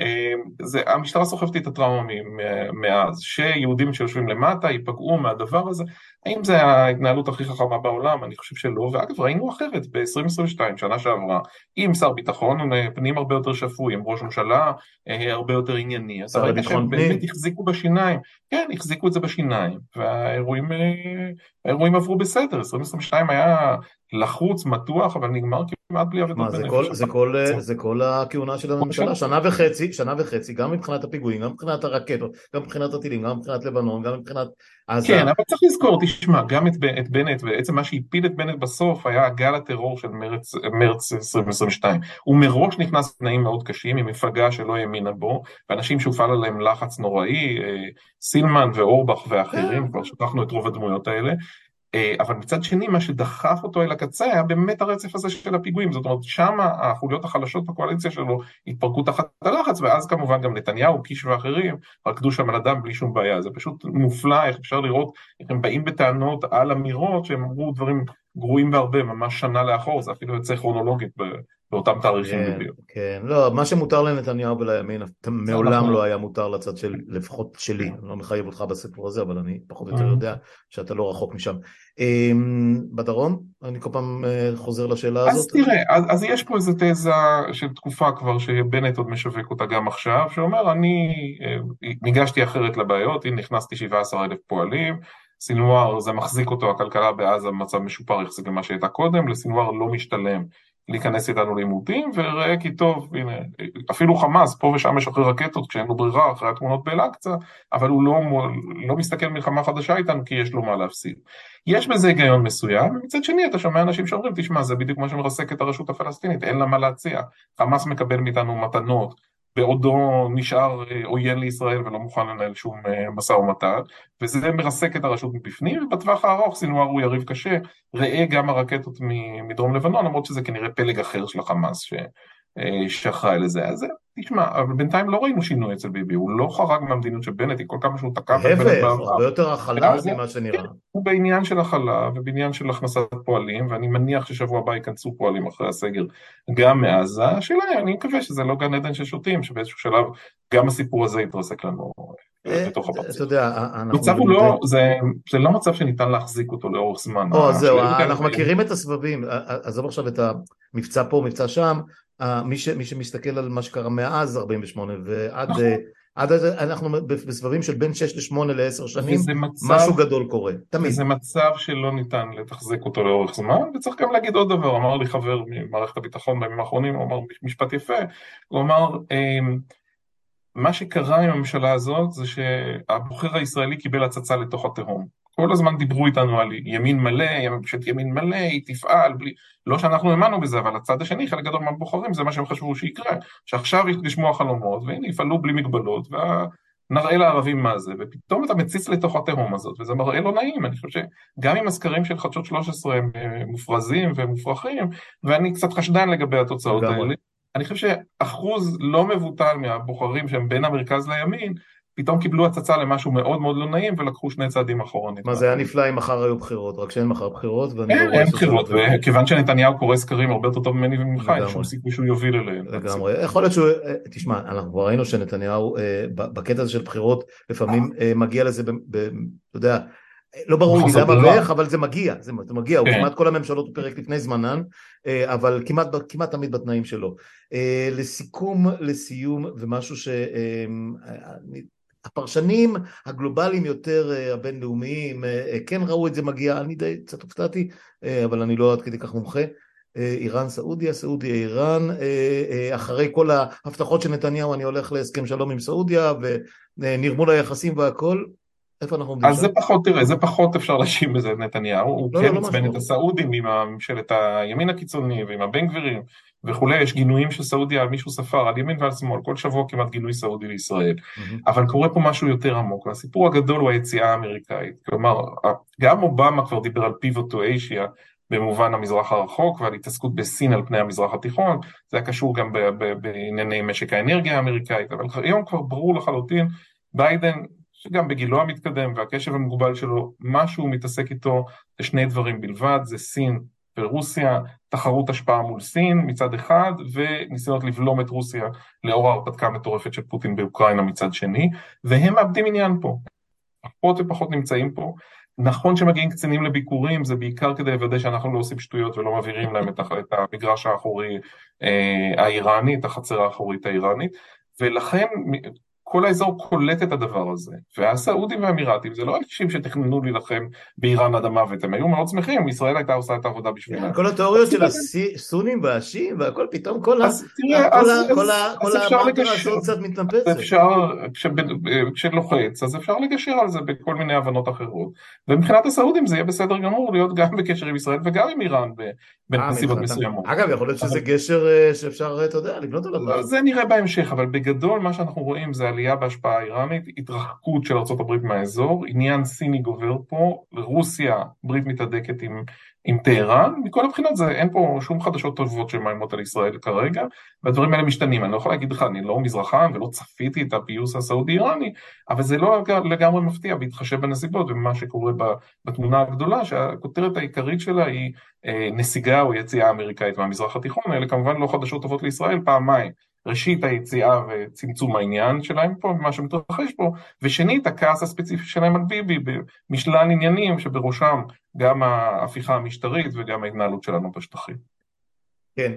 זה, המשטרה סוחבת את הטראומה מאז, שיהודים שיושבים למטה ייפגעו מהדבר הזה. האם זה ההתנהלות הכי חכמה בעולם? אני חושב שלא, ואגב ראינו אחרת ב-עשרים עשרים ושתיים, שנה שעברה, עם שר ביטחון, פנים הרבה יותר שפוי, עם ראש ממשלה הרבה יותר ענייני, אז ראיתי שהם באמת החזיקו בשיניים, כן, החזיקו את זה בשיניים, והאירועים האירועים עברו בסדר. עשרים עשרים ושתיים היה לחוץ, מתוח, אבל נגמר כמעט בלי אבדות בנפש. זה כל, זה כל הכהונה של הממשלה, שנה וחצי, שנה וחצי, גם מבחינת הפיגועים, גם מבחינת הרקטות, גם מבחינת הטילים, גם מבחינת לבנון, גם מבחינת עזה. כן, אבל צריך לזכור, תשמע, גם את, את בנט, ובעצם מה שהפיל את בנט בסוף היה גל הטרור של מרץ, מרץ עשרים עשרים ושתיים. הוא מראש נכנס לתנאים מאוד קשים, עם מפלגה שלא האמינה בו, ואנשים שהופעל עליהם לחץ נוראי, סילמן ואורבך ואחרים, כבר שכחנו את רוב הדמויות האלה. אבל מצד שני, מה שדחף אותו אל הקצה היה באמת הרצף הזה של הפיגועים. זאת אומרת, שם החוליות החלשות בקואליציה שלו התפרקו תחת הלחץ, ואז כמובן גם נתניהו, קיש ואחרים, רקדו שם על אדם בלי שום בעיה. זה פשוט מופלא, איך אפשר לראות, איך הם באים בטענות על אמירות שהם אמרו דברים גרועים בהרבה, ממש שנה לאחור, זה אפילו יוצא כרונולוגית באותם תאריכים בדיוק. כן, לא, מה שמותר לנתניהו ולימין, מעולם לא היה מותר לצד של, לפחות שלי, אני לא מחייב אותך בסיפור הזה, אבל אני פחות או יותר יודע שאתה לא רחוק משם. בדרום, אני כל פעם חוזר לשאלה הזאת. אז תראה, אז, אז יש פה איזו תזה של תקופה כבר שבנט עוד משווק אותה גם עכשיו, שאומר, אני ניגשתי אחרת לבעיות, הנה נכנסתי שבעה עשר אלף פועלים, סינואר זה מחזיק אותו, הכלכלה בעזה במצב משופר יחסית למה שהייתה קודם, לסינואר לא משתלם להיכנס איתנו לעימותים, וראה כי טוב, הנה, אפילו חמאס, פה ושם משחרר רקטות כשאין לו ברירה אחרי התמונות באל-אקצא, אבל הוא לא, לא מסתכל מלחמה חדשה איתנו כי יש לו מה להפסיד. יש בזה היגיון מסוים, ומצד שני אתה שומע אנשים שאומרים, תשמע, זה בדיוק מה שמרסק את הרשות הפלסטינית, אין לה מה להציע, חמאס מקבל מאיתנו מתנות, בעודו נשאר עוין לישראל ולא מוכן לנהל שום מסע ומתן, וזה מרסק את הרשות מבפנים, ובטווח הארוך סינואר הוא יריב קשה, ראה גם הרקטות מדרום לבנון, למרות שזה כנראה פלג אחר של החמאס שאחראי לזה. אז תשמע, אבל בינתיים לא ראינו שינוי אצל ביבי, הוא לא חרג מהמדיניות של בנט, כל כמה שהוא תקף את בנט בעבר. הרבה יותר הכלה ממה שנראה. הוא בעניין של הכלה ובעניין של הכנסת פועלים, ואני מניח ששבוע הבא ייכנסו פועלים אחרי הסגר גם מעזה. השאלה, אני מקווה שזה לא גן עדן ששותים, שבאיזשהו שלב גם הסיפור הזה יתרסק לנו בתוך הבצע. אתה יודע, מצב הוא לא, זה לא מצב שניתן להחזיק אותו לאורך זמן. או, זהו, אנחנו מכירים את הסבבים, עזוב עכשיו את המבצע פה, מבצע שם, מי שמסתכל על מה שקרה מאז ארבעים ושמונה ועד עד אנחנו בסבבים של בין שש לשמונה לעשר שנים, משהו גדול קורה, תמיד. וזה מצב שלא ניתן לתחזק אותו לאורך זמן, וצריך גם להגיד עוד דבר, אמר לי חבר ממערכת הביטחון בימים האחרונים, הוא אמר משפט יפה, הוא אמר, מה שקרה עם הממשלה הזאת זה שהבוחר הישראלי קיבל הצצה לתוך התהום. כל הזמן דיברו איתנו על ימין מלא, פשוט ימין מלא, היא תפעל, בלי... לא שאנחנו האמנו בזה, אבל הצד השני, חלק גדול מהבוחרים, זה מה שהם חשבו שיקרה, שעכשיו יתגשמו החלומות, והנה יפעלו בלי מגבלות, ונראה לערבים מה זה, ופתאום אתה מציץ לתוך התהום הזאת, וזה מראה לא נעים. אני חושב שגם אם הסקרים של חדשות שלוש עשרה הם מופרזים ומופרכים, ואני קצת חשדן לגבי התוצאות האלה, אני חושב שאחוז לא מבוטל מהבוחרים שהם בין המרכז לימין, פתאום קיבלו הצצה למשהו מאוד מאוד לא נעים, ולקחו שני צעדים אחורנית. מה זה היה נפלא אם מחר היו בחירות, רק שאין מחר בחירות, ואני לא רואה... אין בחירות, וכיוון שנתניהו קורא סקרים הרבה יותר טוב ממני וממך, אין שום סיכוי שהוא יוביל אליהם. לגמרי, יכול להיות שהוא... תשמע, אנחנו כבר ראינו שנתניהו, בקטע הזה של בחירות, לפעמים מגיע לזה, אתה יודע, לא ברור לי למה ואיך, אבל זה מגיע, זה מגיע, הוא כמעט כל הממשלות הוא פרק לפני זמנן, אבל כמעט תמיד בתנאים שלו. לסיכום, לסיום, ומשהו ש... הפרשנים הגלובליים יותר הבינלאומיים כן ראו את זה מגיע, אני די קצת הופתעתי, אבל אני לא עד כדי כך מומחה. איראן סעודיה, סעודיה איראן, אחרי כל ההבטחות של נתניהו אני הולך להסכם שלום עם סעודיה ונרמול היחסים והכל. איפה אנחנו עומדים? אז זה פחות, תראה, זה פחות אפשר להאשים בזה את נתניהו, הוא כן עצבן את הסעודים עם ממשלת הימין הקיצוני ועם הבן גבירים וכולי, יש גינויים של סעודיה על מישהו ספר, על ימין ועל שמאל, כל שבוע כמעט גינוי סעודי לישראל, אבל קורה פה משהו יותר עמוק, והסיפור הגדול הוא היציאה האמריקאית, כלומר, גם אובמה כבר דיבר על pivot to Asia, במובן המזרח הרחוק, ועל התעסקות בסין על פני המזרח התיכון, זה היה קשור גם בענייני משק האנרגיה האמריקאית, אבל היום כבר ברור לחלוטין, ביידן, שגם בגילו המתקדם והקשב המוגבל שלו, מה שהוא מתעסק איתו זה שני דברים בלבד, זה סין ורוסיה, תחרות השפעה מול סין מצד אחד, וניסיונות לבלום את רוסיה לאור ההרפתקה המטורפת של פוטין באוקראינה מצד שני, והם מאבדים עניין פה, פחות ופחות נמצאים פה, נכון שמגיעים קצינים לביקורים, זה בעיקר כדי לוודא שאנחנו לא עושים שטויות ולא מעבירים להם את המגרש האחורי אה, האיראני, את החצר האחורית האיראנית, ולכן כל האזור קולט את הדבר הזה, והסעודים והאמירתים זה לא אנשים שתכננו להילחם באיראן עד המוות, הם היו מאוד שמחים, ישראל הייתה עושה את העבודה בשבילם. כל התיאוריות של הסונים והשיעים והכל פתאום, כל המנטרה הזאת קצת מתנפצת. כשלוחץ, אז אפשר לגשר על זה בכל מיני הבנות אחרות, ומבחינת הסעודים זה יהיה בסדר גמור להיות גם בקשר עם ישראל וגם עם איראן בנסיבות מסוימות. אגב, יכול להיות שזה גשר שאפשר, אתה יודע, לבנות עליו. זה נראה בהמשך, אבל בגדול מה שאנחנו רואים זה עלייה בהשפעה האיראנית, התרחקות של ארצות הברית מהאזור, עניין סיני גובר פה, רוסיה, ברית מתהדקת עם, עם טהרן, מכל הבחינות זה, אין פה שום חדשות טובות שמאיימות על ישראל כרגע, והדברים האלה משתנים, אני לא יכול להגיד לך, אני לא מזרחן ולא צפיתי את הפיוס הסעודי-איראני, אבל זה לא לגמרי מפתיע, בהתחשב בנסיבות, ומה שקורה בתמונה הגדולה, שהכותרת העיקרית שלה היא נסיגה או יציאה אמריקאית מהמזרח התיכון, אלה כמובן לא חדשות טובות לישראל, פעמיים, ראשית היציאה וצמצום העניין שלהם פה, מה שמתרחש פה, ושנית הכעס הספציפי שלהם על ביבי, במשלל עניינים שבראשם גם ההפיכה המשטרית וגם ההתנהלות שלנו בשטחים. כן,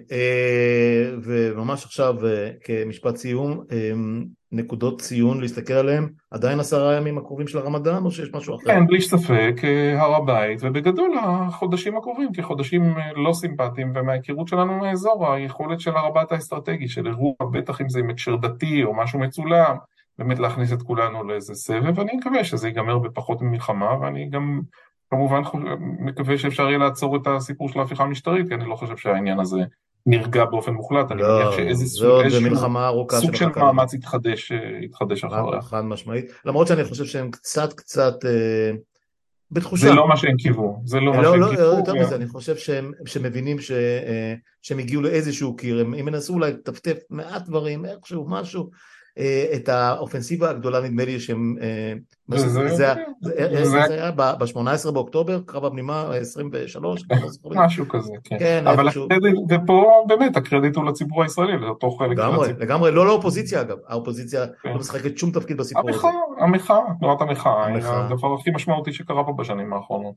וממש עכשיו כמשפט סיום, נקודות ציון להסתכל עליהם, עדיין עשרה ימים הקרובים של הרמדאן או שיש משהו אחר? כן, בלי ספק, הר הבית, ובגדול החודשים הקרובים, כחודשים לא סימפטיים, ומההיכרות שלנו מהאזור, היכולת של הר הבית האסטרטגי, של אירוע, בטח אם זה עם הקשר דתי או משהו מצולם, באמת להכניס את כולנו לאיזה סבב, ואני מקווה שזה ייגמר בפחות ממלחמה, ואני גם כמובן מקווה שאפשר יהיה לעצור את הסיפור של ההפיכה המשטרית, כי אני לא חושב שהעניין הזה נרגע באופן מוחלט, אני מניח שאיזה סוג של מאמץ יתחדש אחריה. חד משמעית, למרות שאני חושב שהם קצת קצת בתחושה. זה לא מה שהם קיוו, זה לא מה שהם קיוו. לא, יותר מזה, אני חושב שהם מבינים שהם הגיעו לאיזשהו קיר, הם ינסו אולי לטפטף מעט דברים, איכשהו משהו, את האופנסיבה הגדולה נדמה לי שהם, זה היה ב-שמונה עשרה באוקטובר, קרב הבלימה ה-עשרים ושלוש, משהו כזה, כן, אבל הקרדיט, ופה באמת הקרדיט הוא לציבור הישראלי, לאותו חלק של הציבור. לגמרי, לא לאופוזיציה אגב, האופוזיציה לא משחקת שום תפקיד בסיפור הזה. המחאה, תנועת המחאה, הדבר הכי משמעותי שקרה פה בשנים האחרונות,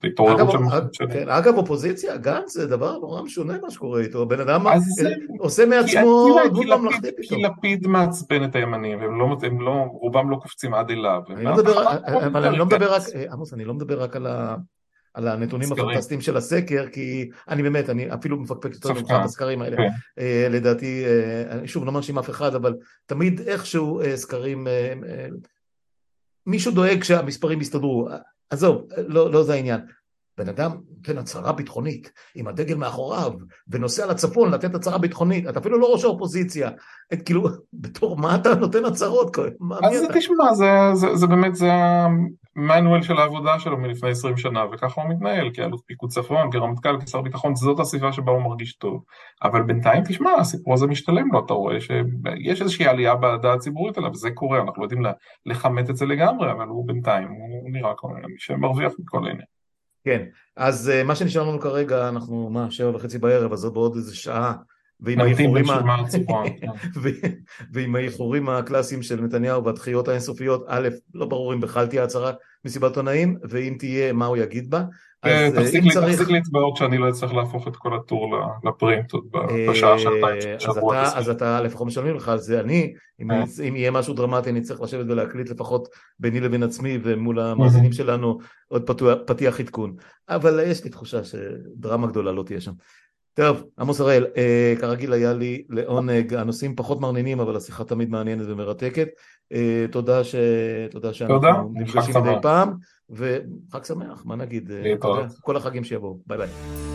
אגב אופוזיציה, גנץ זה דבר נורא משונה מה שקורה איתו, בן אדם עושה מעצמו דמות ממלכתי פתאום. כי לפיד מעצבן את הימנים, הם לא, רובם לא קופצים עד אליו. אבל אני לא מדבר רק, עמוס, אני לא מדבר רק על ה... על הנתונים הפנטסטיים של הסקר, כי אני באמת, אני אפילו מפקפק יותר ממך בסקרים האלה. לדעתי, שוב, לא מרשים אף אחד, אבל תמיד איכשהו סקרים, מישהו דואג שהמספרים יסתדרו. עזוב, לא, לא זה העניין. בן אדם נותן הצהרה ביטחונית, עם הדגל מאחוריו, ונוסע לצפון לתת הצהרה ביטחונית, אתה אפילו לא ראש האופוזיציה, את, כאילו, בתור מה אתה נותן הצהרות? מה, מי אז אתה? תשמע, זה, זה, זה באמת, זה המנואל של העבודה שלו מלפני עשרים שנה, וככה הוא מתנהל, כאלוף פיקוד צפון, כרמטכ"ל, כשר ביטחון, זאת הסביבה שבה הוא מרגיש טוב. אבל בינתיים, תשמע, הסיפור הזה משתלם לו, אתה רואה שיש איזושהי עלייה בדעה הציבורית עליו, וזה קורה, אנחנו לא יודעים לכמת את זה לגמרי, אבל הוא בינתיים, הוא נראה כמו מי שמרוויח מכל העניין. כן, אז uh, מה שנשאר לנו כרגע, אנחנו, מה, שבע וחצי בערב, אז זה בעוד איזה שעה, ועם נמתין האיחורים, ה... בנשימה עצובה. ו... ועם האיחורים הקלאסיים של נתניהו והדחיות האינסופיות, א', לא ברור אם בכלל תהיה הצהרה מסיבת עיתונאים, ואם תהיה, מה הוא יגיד בה, אז uh, אם צריך... תחזיק לי אצבעות שאני לא אצטרך להפוך את כל הטור לפרינט עוד בשעה, שעתיים של אז שבוע. אתה, אז אתה לפחות משלמים לך על זה. אני, אם, אה. אם יהיה משהו דרמטי, אני צריך לשבת ולהקליט לפחות ביני לבין עצמי ומול המאזינים שלנו עוד פתוח, פתיח עדכון. אבל יש לי תחושה שדרמה גדולה לא תהיה שם. טוב, עמוס הראל, אה, כרגיל היה לי לעונג, הנושאים פחות מרנינים, אבל השיחה תמיד מעניינת ומרתקת. אה, תודה ש... תודה שאנחנו נפגשים מדי פעם, וחג שמח, מה נגיד, אתה יודע, כל החגים שיבואו. ביי ביי.